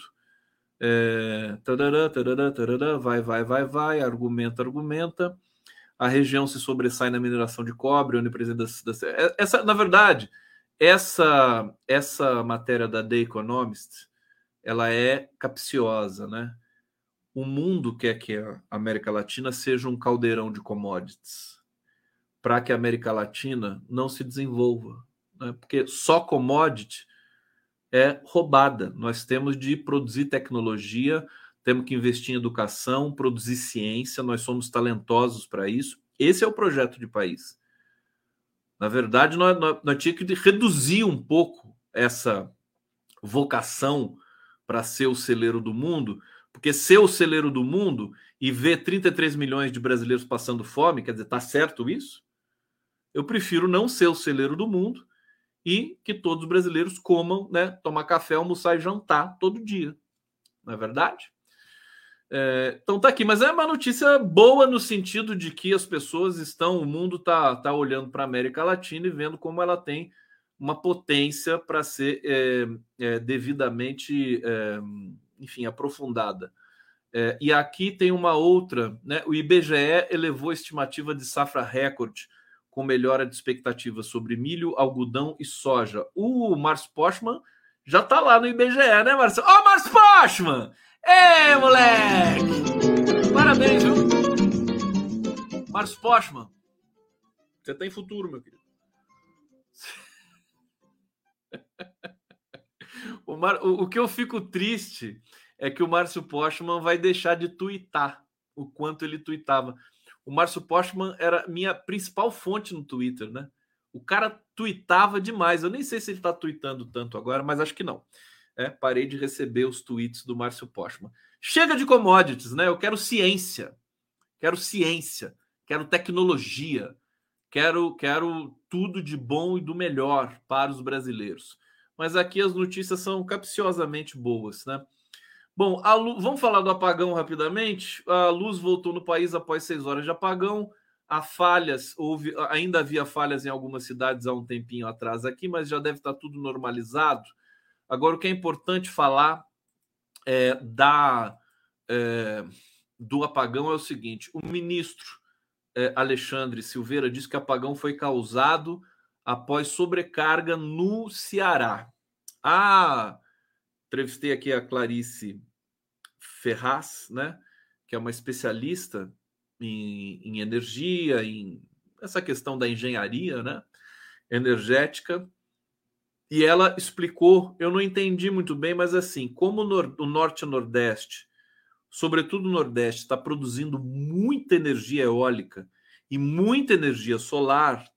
Vai, argumenta. A região se sobressai na mineração de cobre, onipresença na verdade, essa matéria da The Economist, ela é capciosa, né? O mundo quer que a América Latina seja um caldeirão de commodities, para que a América Latina não se desenvolva, né? Porque só commodity é roubada. Nós temos de produzir tecnologia, temos que investir em educação, produzir ciência, nós somos talentosos para isso. Esse é o projeto de país. Na verdade, nós tínhamos que reduzir um pouco essa vocação para ser o celeiro do mundo, porque ser o celeiro do mundo e ver 33 milhões de brasileiros passando fome, quer dizer, está certo isso? Eu prefiro não ser o celeiro do mundo e que todos os brasileiros comam, né, tomar café, almoçar e jantar todo dia. Não é verdade? Então tá aqui, mas é uma notícia boa no sentido de que as pessoas o mundo tá olhando para a América Latina e vendo como ela tem uma potência para ser devidamente, enfim, aprofundada. E aqui tem uma outra, né? O IBGE elevou a estimativa de safra recorde com melhora de expectativa sobre milho, algodão e soja. O Márcio Postman já tá lá no IBGE, né, Márcio? Ó, Márcio Postman! Moleque! Parabéns, viu? Márcio Postman, você tem futuro, meu querido. O que eu fico triste é que o Márcio Postman vai deixar de tuitar o quanto ele tuitava. O Márcio Postman era minha principal fonte no Twitter, né? O cara tuitava demais. Eu nem sei se ele está tuitando tanto agora, mas acho que não. Parei de receber os tweets do Márcio Postman. Chega de commodities, né? Eu quero ciência, quero tecnologia, quero tudo de bom e do melhor para os brasileiros. Mas aqui as notícias são capciosamente boas, né? Bom, vamos falar do apagão rapidamente. A luz voltou no país após 6 horas de apagão. Há falhas, ainda havia falhas em algumas cidades há um tempinho atrás aqui, mas já deve estar tudo normalizado. Agora, o que é importante falar do apagão é o seguinte: o ministro Alexandre Silveira disse que o apagão foi causado após sobrecarga no Ceará. Entrevistei aqui a Clarice Ferraz, né, que é uma especialista em energia, em essa questão da engenharia, né, energética, e ela explicou, eu não entendi muito bem, mas assim, como o Norte e Nordeste, sobretudo o Nordeste, está produzindo muita energia eólica e muita energia solar,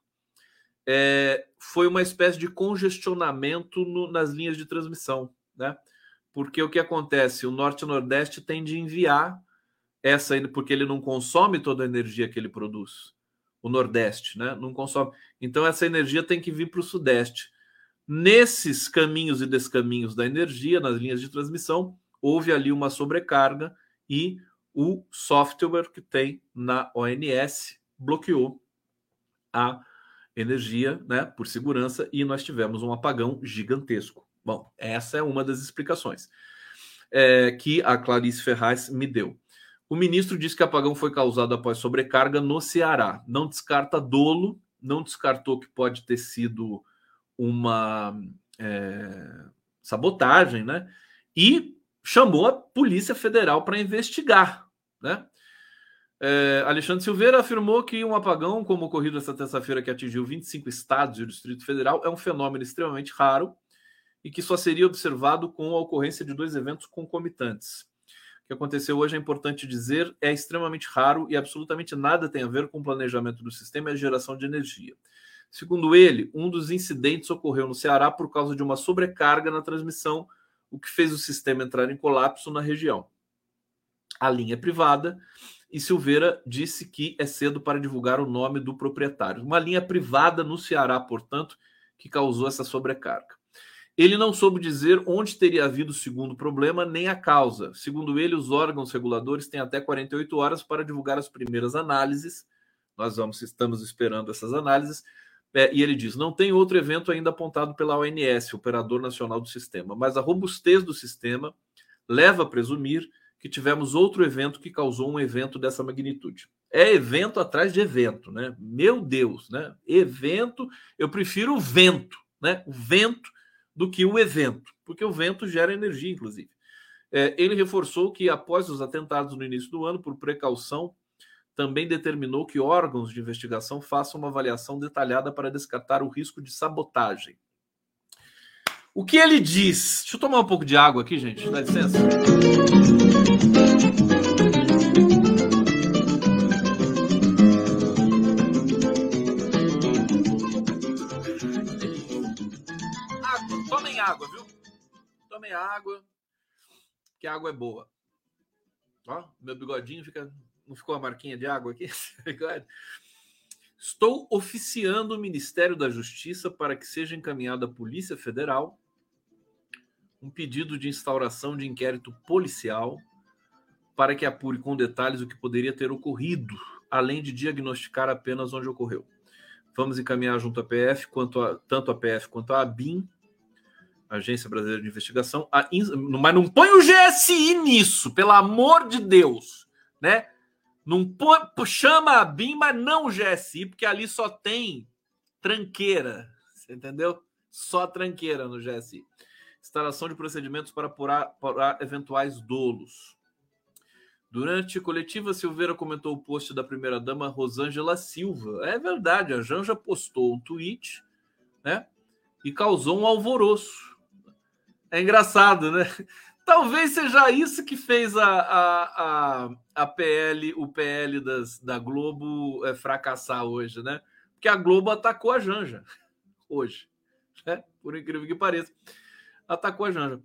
foi uma espécie de congestionamento nas linhas de transmissão, né? Porque o que acontece? O Norte e Nordeste tem de enviar porque ele não consome toda a energia que ele produz. O Nordeste, né? Não consome. Então, essa energia tem que vir para o Sudeste. Nesses caminhos e descaminhos da energia, nas linhas de transmissão, houve ali uma sobrecarga e o software que tem na ONS bloqueou a energia, né, por segurança, e nós tivemos um apagão gigantesco. Bom, essa é uma das explicações que a Clarice Ferraz me deu. O ministro disse que o apagão foi causado após sobrecarga no Ceará. Não descarta dolo, não descartou que pode ter sido uma sabotagem, né? E chamou a Polícia Federal para investigar, né? Alexandre Silveira afirmou que um apagão, como ocorrido essa terça-feira, que atingiu 25 estados e o Distrito Federal, é um fenômeno extremamente raro e que só seria observado com a ocorrência de 2 eventos concomitantes. O que aconteceu hoje, é importante dizer, é extremamente raro e absolutamente nada tem a ver com o planejamento do sistema e a geração de energia. Segundo ele, um dos incidentes ocorreu no Ceará por causa de uma sobrecarga na transmissão, o que fez o sistema entrar em colapso na região. A linha é privada e Silveira disse que é cedo para divulgar o nome do proprietário. Uma linha privada no Ceará, portanto, que causou essa sobrecarga. Ele não soube dizer onde teria havido o segundo problema, nem a causa. Segundo ele, os órgãos reguladores têm até 48 horas para divulgar as primeiras análises. Nós estamos esperando essas análises. E ele diz, não tem outro evento ainda apontado pela ONS, Operador Nacional do Sistema, mas a robustez do sistema leva a presumir que tivemos outro evento que causou um evento dessa magnitude. É evento atrás de evento, né? Meu Deus, né? Evento, eu prefiro o vento, né? O vento do que o evento, porque o vento gera energia, inclusive. Ele reforçou que, após os atentados no início do ano, por precaução, também determinou que órgãos de investigação façam uma avaliação detalhada para descartar o risco de sabotagem. O que ele diz? Deixa eu tomar um pouco de água aqui, gente, dá licença. Tomem água, viu? Tomem água, que a água é boa. Ó, meu bigodinho fica... Não ficou a marquinha de água aqui? Estou oficiando o Ministério da Justiça para que seja encaminhado à Polícia Federal um pedido de instauração de inquérito policial para que apure com detalhes o que poderia ter ocorrido, além de diagnosticar apenas onde ocorreu. Vamos encaminhar junto à PF, tanto a PF quanto a ABIN, Agência Brasileira de Investigação, mas não põe o GSI nisso, pelo amor de Deus, né? Não chama a BIM, mas não o GSI, porque ali só tem tranqueira, você entendeu? Só tranqueira no GSI. Instalação de procedimentos para apurar eventuais dolos. Durante a coletiva, Silveira comentou o post da primeira-dama Rosângela Silva. É verdade, a Janja postou um tweet, né? E causou um alvoroço. É engraçado, né? Talvez seja isso que fez o PL da Globo fracassar hoje, né? Porque a Globo atacou a Janja hoje, né? Por incrível que pareça. Atacou a Janja.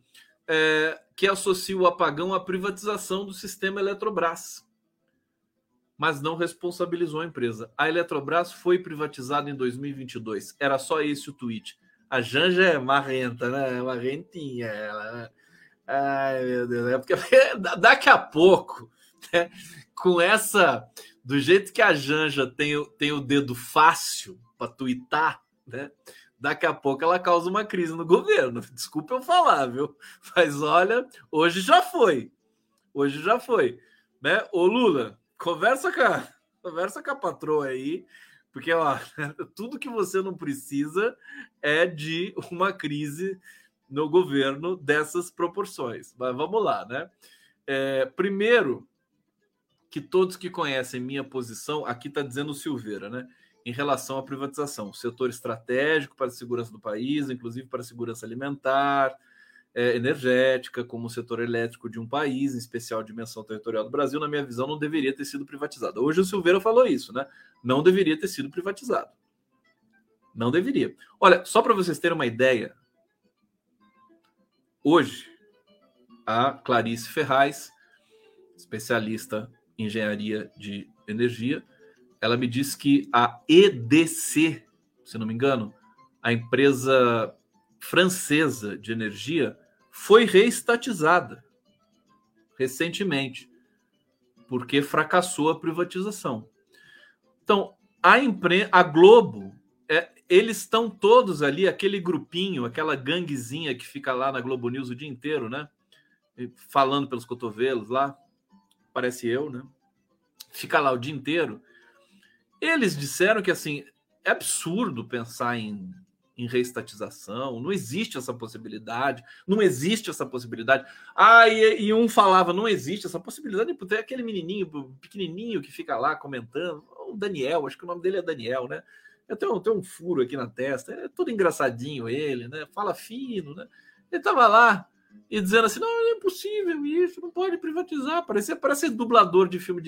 que associa o apagão à privatização do sistema Eletrobras, mas não responsabilizou a empresa. A Eletrobras foi privatizada em 2022. Era só esse o tweet. A Janja é marrenta, né? Marrentinha ela, né? Ai, meu Deus. É porque daqui a pouco, né, com essa... Do jeito que a Janja tem o dedo fácil para tuitar, né? Daqui a pouco ela causa uma crise no governo. Desculpa eu falar, viu? Mas olha, hoje já foi. Hoje já foi. Né? Ô Lula, conversa com a patroa aí, porque ó, tudo que você não precisa é de uma crise no governo dessas proporções. Mas vamos lá, né? Primeiro, que todos que conhecem minha posição, aqui está dizendo o Silveira, né? Em relação à privatização, setor estratégico para a segurança do país, inclusive para a segurança alimentar, energética, como o setor elétrico de um país, em especial a dimensão territorial do Brasil, na minha visão, não deveria ter sido privatizado. Hoje o Silveira falou isso, né? Não deveria ter sido privatizado. Não deveria. Olha, só para vocês terem uma ideia, hoje, a Clarice Ferraz, especialista em engenharia de energia, ela me disse que a EDC, se não me engano, a empresa francesa de energia, foi reestatizada recentemente, porque fracassou a privatização. Então, a Globo, eles estão todos ali, aquele grupinho, aquela ganguezinha que fica lá na Globo News o dia inteiro, né? Falando pelos cotovelos lá, parece eu, né? Fica lá o dia inteiro. Eles disseram que, assim, é absurdo pensar em reestatização, não existe essa possibilidade, não existe essa possibilidade. E um falava, não existe essa possibilidade, porque tem aquele menininho, pequenininho, que fica lá comentando, o Daniel, acho que o nome dele é Daniel, né? Eu tenho um furo aqui na testa, é todo engraçadinho ele, né? Fala fino, né? Ele tava lá e dizendo assim, não, é impossível isso, não pode privatizar, parece dublador de filme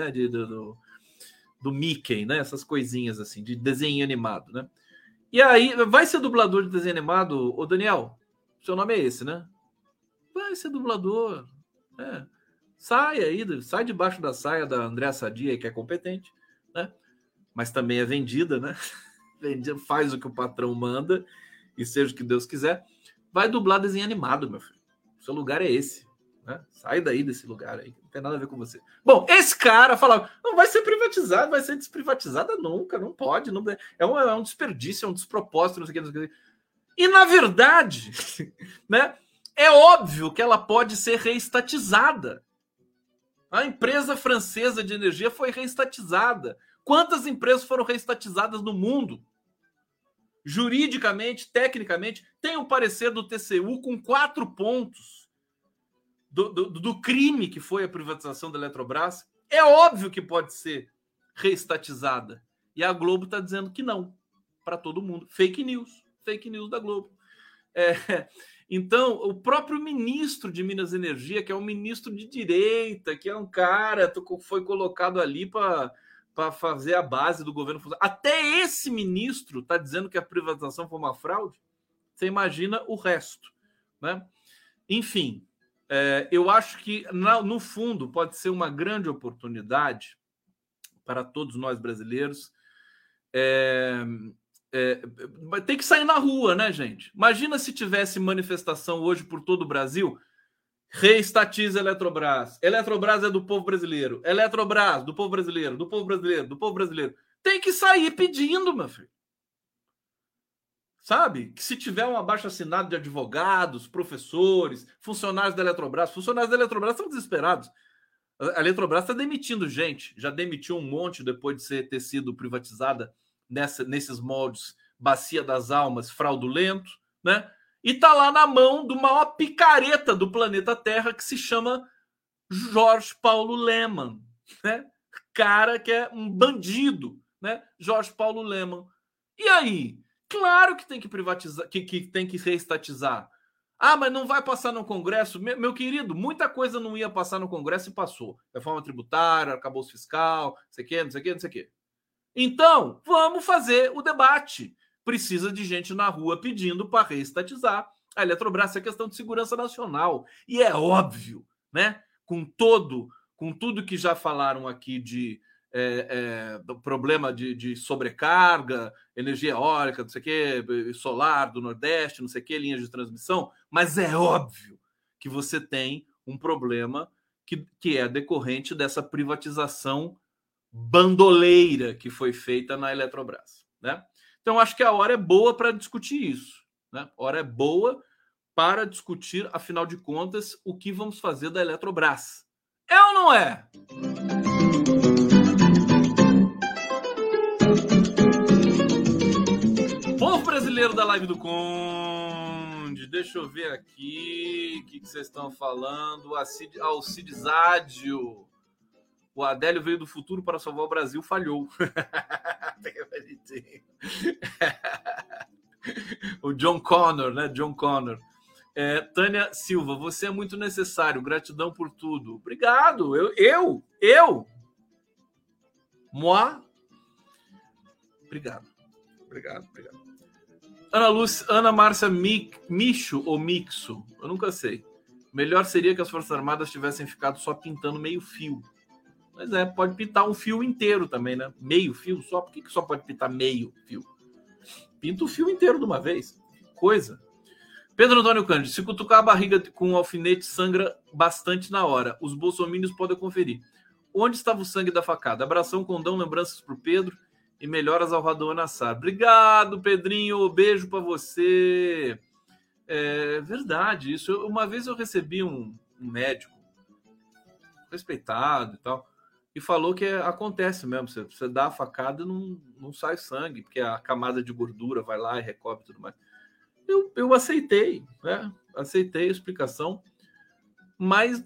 do Mickey, né? Essas coisinhas assim, de desenho animado, né? E aí, vai ser dublador de desenho animado, ô Daniel? Seu nome é esse, né? Vai ser dublador. Sai aí, sai debaixo da saia da Andréa Sadia, que é competente, né? Mas também é vendida, né? Faz o que o patrão manda e seja o que Deus quiser. Vai dublar desenho animado, meu filho. O seu lugar é esse. Né? Sai daí desse lugar aí, não tem nada a ver com você. Bom, esse cara falava, não vai ser privatizado, vai ser desprivatizada nunca, não pode, não, é um desperdício, é um despropósito, não sei o que. E na verdade, né, é óbvio que ela pode ser reestatizada. A empresa francesa de energia foi reestatizada. Quantas empresas foram reestatizadas no mundo? Juridicamente, tecnicamente, tem um parecer do TCU com 4 pontos do crime que foi a privatização da Eletrobras. É óbvio que pode ser reestatizada. E a Globo está dizendo que não, para todo mundo. Fake news da Globo. Então, o próprio ministro de Minas e Energia, que é um ministro de direita, que é um cara que foi colocado ali para fazer a base do governo. Até esse ministro está dizendo que a privatização foi uma fraude. Você imagina o resto, né? Enfim, eu acho que, no fundo, pode ser uma grande oportunidade para todos nós brasileiros. Tem que sair na rua, né, gente? Imagina se tivesse manifestação hoje por todo o Brasil. Reestatiza a Eletrobras. Eletrobras é do povo brasileiro. Eletrobras, do povo brasileiro, do povo brasileiro, do povo brasileiro. Tem que sair pedindo, meu filho. Sabe? Que se tiver um abaixo-assinado de advogados, professores, funcionários da Eletrobras estão desesperados. A Eletrobras está demitindo gente. Já demitiu um monte depois de ter sido privatizada nesses moldes bacia das almas, fraudulento, né? E tá lá na mão do maior picareta do planeta Terra, que se chama Jorge Paulo Lemann, né? Cara que é um bandido, né? Jorge Paulo Lemann. E aí? Claro que tem que privatizar, que tem que reestatizar. Mas não vai passar no Congresso? Meu querido, muita coisa não ia passar no Congresso e passou. Reforma tributária, arcabouço fiscal, não sei o quê. Então, vamos fazer o debate. Precisa de gente na rua pedindo para reestatizar. A Eletrobras é questão de segurança nacional. E é óbvio, né? Com tudo que já falaram aqui do problema de sobrecarga, energia eólica, não sei o quê, solar do Nordeste, não sei o quê, linhas de transmissão, mas é óbvio que você tem um problema que é decorrente dessa privatização bandoleira que foi feita na Eletrobras, né? Então, acho que a hora é boa para discutir isso, né? A hora é boa para discutir, afinal de contas, o que vamos fazer da Eletrobras. É ou não é? Povo brasileiro da live do Conde, deixa eu ver aqui o que vocês estão falando. Alcides-Ádio. O Adélio veio do futuro para salvar o Brasil, falhou. O John Connor, né? John Connor. Tânia Silva, você é muito necessário. Gratidão por tudo. Obrigado. Eu. Moi. Obrigado. Ana Márcia Micho ou Mixo? Eu nunca sei. Melhor seria que as Forças Armadas tivessem ficado só pintando meio fio. Mas pode pintar um fio inteiro também, né? Meio fio só. Por que só pode pintar meio fio? Pinta o fio inteiro de uma vez. Coisa. Pedro Antônio Cândido, se cutucar a barriga com um alfinete, sangra bastante na hora. Os bolsominions podem conferir. Onde estava o sangue da facada? Abração, condão, lembranças pro Pedro e melhoras ao Radon Nassar. Obrigado, Pedrinho. Beijo para você. É verdade, isso. Uma vez eu recebi um médico respeitado e tal, e falou que acontece mesmo. Você dá a facada e não sai sangue, porque a camada de gordura vai lá e recobre tudo mais. Eu aceitei, né? Aceitei a explicação, mas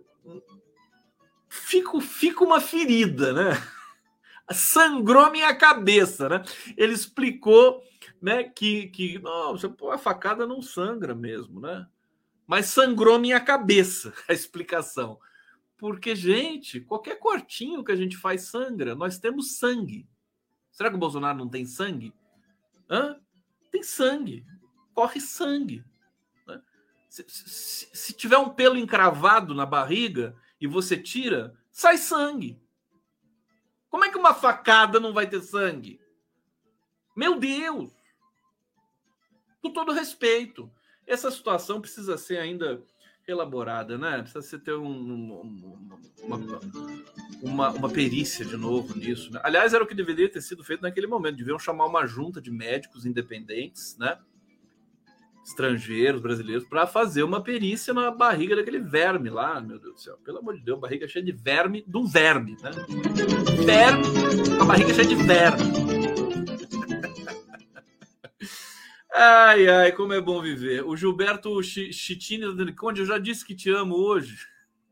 fica uma ferida, né? Sangrou minha cabeça, né? Ele explicou, né, que não, a facada não sangra mesmo, né? Mas sangrou minha cabeça a explicação. Porque, gente, qualquer cortinho que a gente faz sangra. Nós temos sangue. Será que o Bolsonaro não tem sangue? Tem sangue. Corre sangue. Né? Se tiver um pelo encravado na barriga e você tira, sai sangue. Como é que uma facada não vai ter sangue? Meu Deus! Com todo respeito. Essa situação precisa ser ainda elaborada, né? Precisa ter uma perícia de novo nisso, né? Aliás, era o que deveria ter sido feito naquele momento. Deviam chamar uma junta de médicos independentes, né? Estrangeiros, brasileiros, para fazer uma perícia na barriga daquele verme lá, meu Deus do céu. Pelo amor de Deus, barriga cheia de verme do verme, né? Verme, a barriga cheia de verme. Ai, como é bom viver. O Gilberto Chitini, Conde, eu já disse que te amo hoje.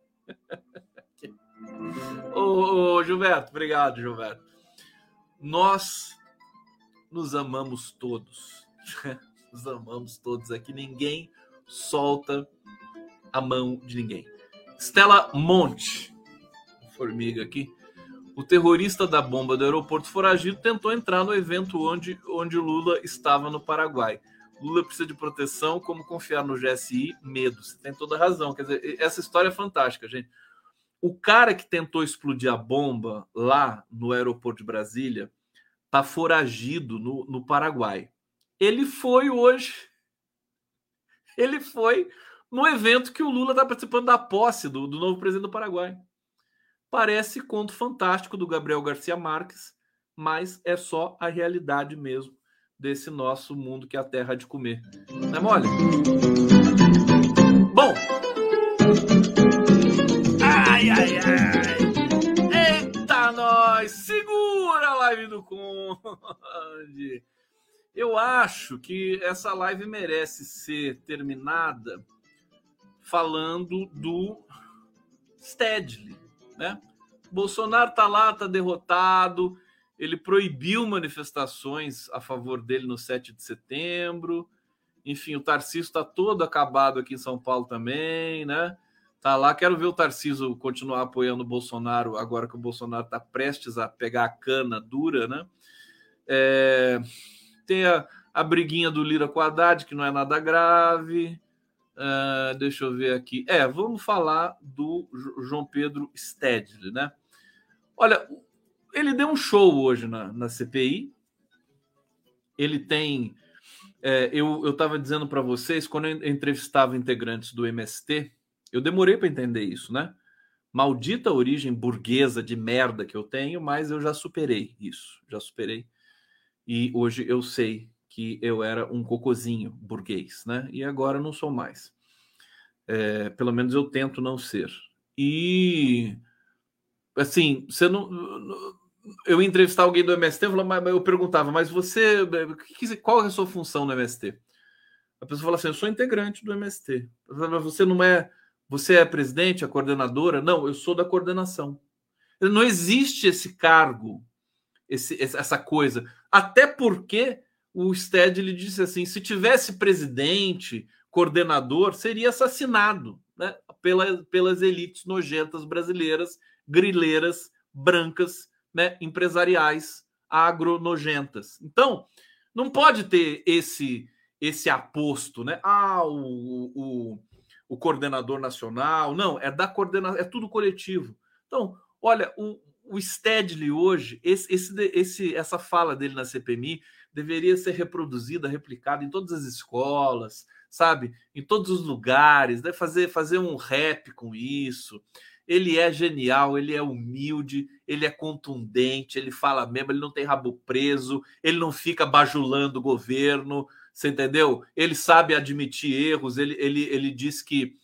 Ô, Gilberto, obrigado, Gilberto. Nós nos amamos todos. Nos amamos todos aqui. Ninguém solta a mão de ninguém. Stella Monte, formiga aqui. O terrorista da bomba do aeroporto foragido tentou entrar no evento onde Lula estava no Paraguai. Lula precisa de proteção, como confiar no GSI? Medo. Você tem toda a razão. Quer dizer, essa história é fantástica, gente. O cara que tentou explodir a bomba lá no aeroporto de Brasília está foragido no Paraguai. Ele foi hoje. Ele foi no evento que o Lula está participando da posse do novo presidente do Paraguai. Parece conto fantástico do Gabriel Garcia Marques, mas é só a realidade mesmo desse nosso mundo que é a terra de comer. Não é mole? Bom. Ai. Eita, nós! Segura a live do Conde! Eu acho que essa live merece ser terminada falando do Stedley, né? Bolsonaro tá lá, tá derrotado, ele proibiu manifestações a favor dele no 7 de setembro, enfim, o Tarcísio tá todo acabado aqui em São Paulo também, né? Tá lá, quero ver o Tarcísio continuar apoiando o Bolsonaro agora que o Bolsonaro tá prestes a pegar a cana dura, né? Tem A briguinha do Lira com o Haddad, que não é nada grave. Deixa eu ver aqui. Vamos falar do João Pedro Stedley, né? Olha, ele deu um show hoje na CPI. Ele tem... eu estava dizendo para vocês, quando eu entrevistava integrantes do MST, eu demorei para entender isso, né? Maldita origem burguesa de merda que eu tenho, mas eu já superei isso. Já superei. E hoje eu sei que eu era um cocôzinho burguês, né? E agora não sou mais. Pelo menos eu tento não ser. E, assim, você não... Eu ia entrevistar alguém do MST, eu perguntava, mas você... Qual é a sua função no MST? A pessoa fala assim, eu sou integrante do MST. Mas você não é... Você é presidente, a coordenadora? Não, eu sou da coordenação. Não existe esse cargo, essa coisa. Até porque... O Stedley disse assim, se tivesse presidente, coordenador, seria assassinado, né, pelas elites nojentas brasileiras, grileiras, brancas, né, empresariais, agronojentas. Então, não pode ter esse aposto, né? O coordenador nacional. Não, é da coordenação, é tudo coletivo. Então, olha, o Stedley hoje, essa fala dele na CPMI, deveria ser reproduzida, replicada em todas as escolas, sabe? Em todos os lugares, né? Fazer um rap com isso. Ele é genial, ele é humilde, ele é contundente, ele fala mesmo, ele não tem rabo preso, ele não fica bajulando o governo, você entendeu? Ele sabe admitir erros, ele diz que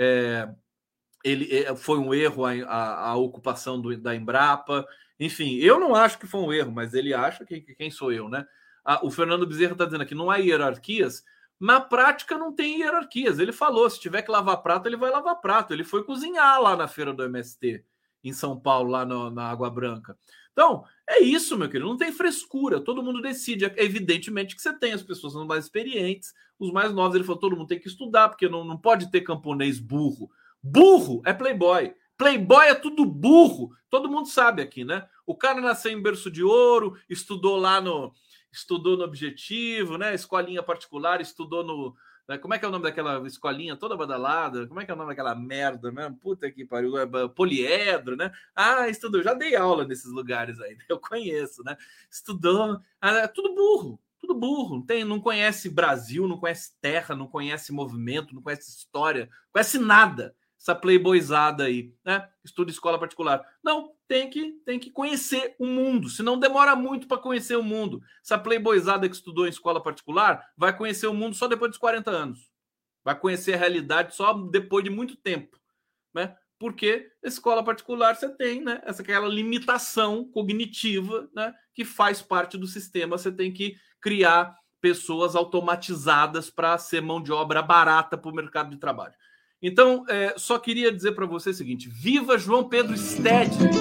foi um erro a ocupação da Embrapa. Enfim, eu não acho que foi um erro, mas ele acha que quem sou eu, né? O Fernando Bezerra está dizendo aqui, não há hierarquias. Na prática não tem hierarquias. Ele falou, se tiver que lavar prato, ele vai lavar prato. Ele foi cozinhar lá na feira do MST, em São Paulo, lá na Água Branca. Então, é isso, meu querido. Não tem frescura. Todo mundo decide. Evidentemente que você tem as pessoas mais experientes, os mais novos. Ele falou, todo mundo tem que estudar, porque não pode ter camponês burro. Burro é playboy. Playboy é tudo burro. Todo mundo sabe aqui, né? O cara nasceu em berço de ouro, estudou no Objetivo, né? Escolinha particular, estudou no... Como é que é o nome daquela escolinha toda badalada? Como é que é o nome daquela merda mesmo? Puta que pariu. Poliedro, né? Estudou. Já dei aula nesses lugares aí. Eu conheço, né? Estudou. Tudo burro. Tudo burro. Não conhece Brasil, não conhece terra, não conhece movimento, não conhece história, não conhece nada. Essa playboyzada aí, né? Estuda escola particular. Não, tem que conhecer o mundo, senão demora muito para conhecer o mundo. Essa playboyzada que estudou em escola particular vai conhecer o mundo só depois dos 40 anos. Vai conhecer a realidade só depois de muito tempo, né? Porque escola particular você tem, né? Aquela limitação cognitiva, né? Que faz parte do sistema. Você tem que criar pessoas automatizadas para ser mão de obra barata para o mercado de trabalho. Então, só queria dizer para você o seguinte: viva João Pedro Stedley!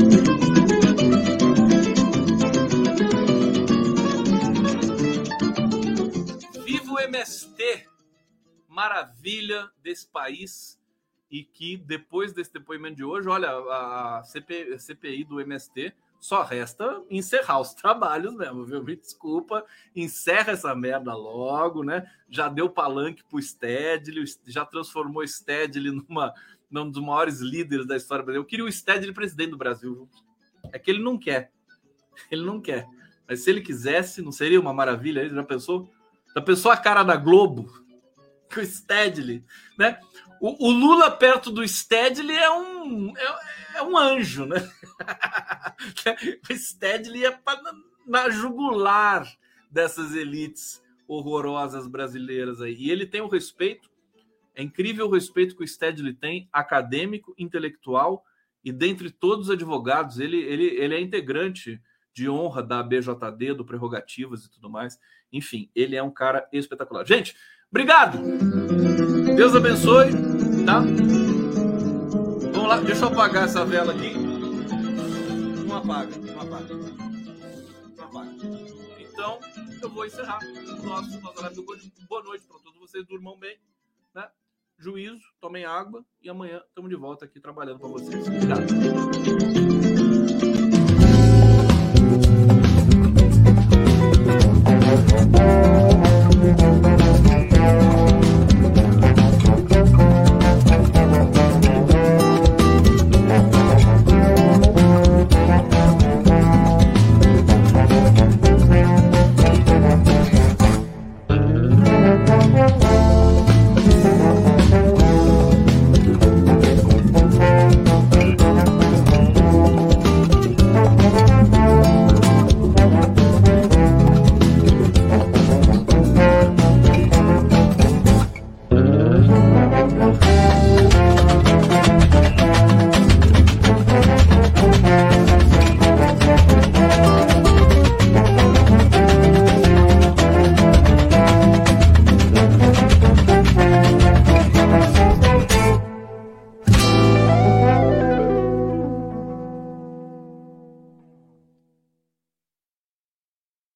Viva o MST! Maravilha desse país. E que depois desse depoimento de hoje, olha, a CPI do MST só resta encerrar os trabalhos mesmo, viu? Me desculpa, encerra essa merda logo, né? Já deu palanque pro Stedley, já transformou o Stedley num dos maiores líderes da história brasileira. Eu queria o Stedley presidente do Brasil, viu? É que ele não quer. Ele não quer. Mas se ele quisesse, não seria uma maravilha aí? Já pensou? Já pensou a cara da Globo? Com o Stedley, né? O Lula perto do Stedley é um anjo, né? O Stedley é na jugular dessas elites horrorosas brasileiras aí. E ele tem o respeito, é incrível o respeito que o Stedley tem, acadêmico, intelectual, e dentre todos os advogados, ele é integrante de honra da BJD, do Prerrogativas e tudo mais. Enfim, ele é um cara espetacular. Gente, obrigado! Deus abençoe, tá? Vamos lá, deixa eu apagar essa vela aqui. Não apaga. Então, eu vou encerrar nossa live do Conde. Boa noite para todos vocês, durmam bem, né? Juízo, tomem água e amanhã estamos de volta aqui trabalhando para vocês. Obrigado. Música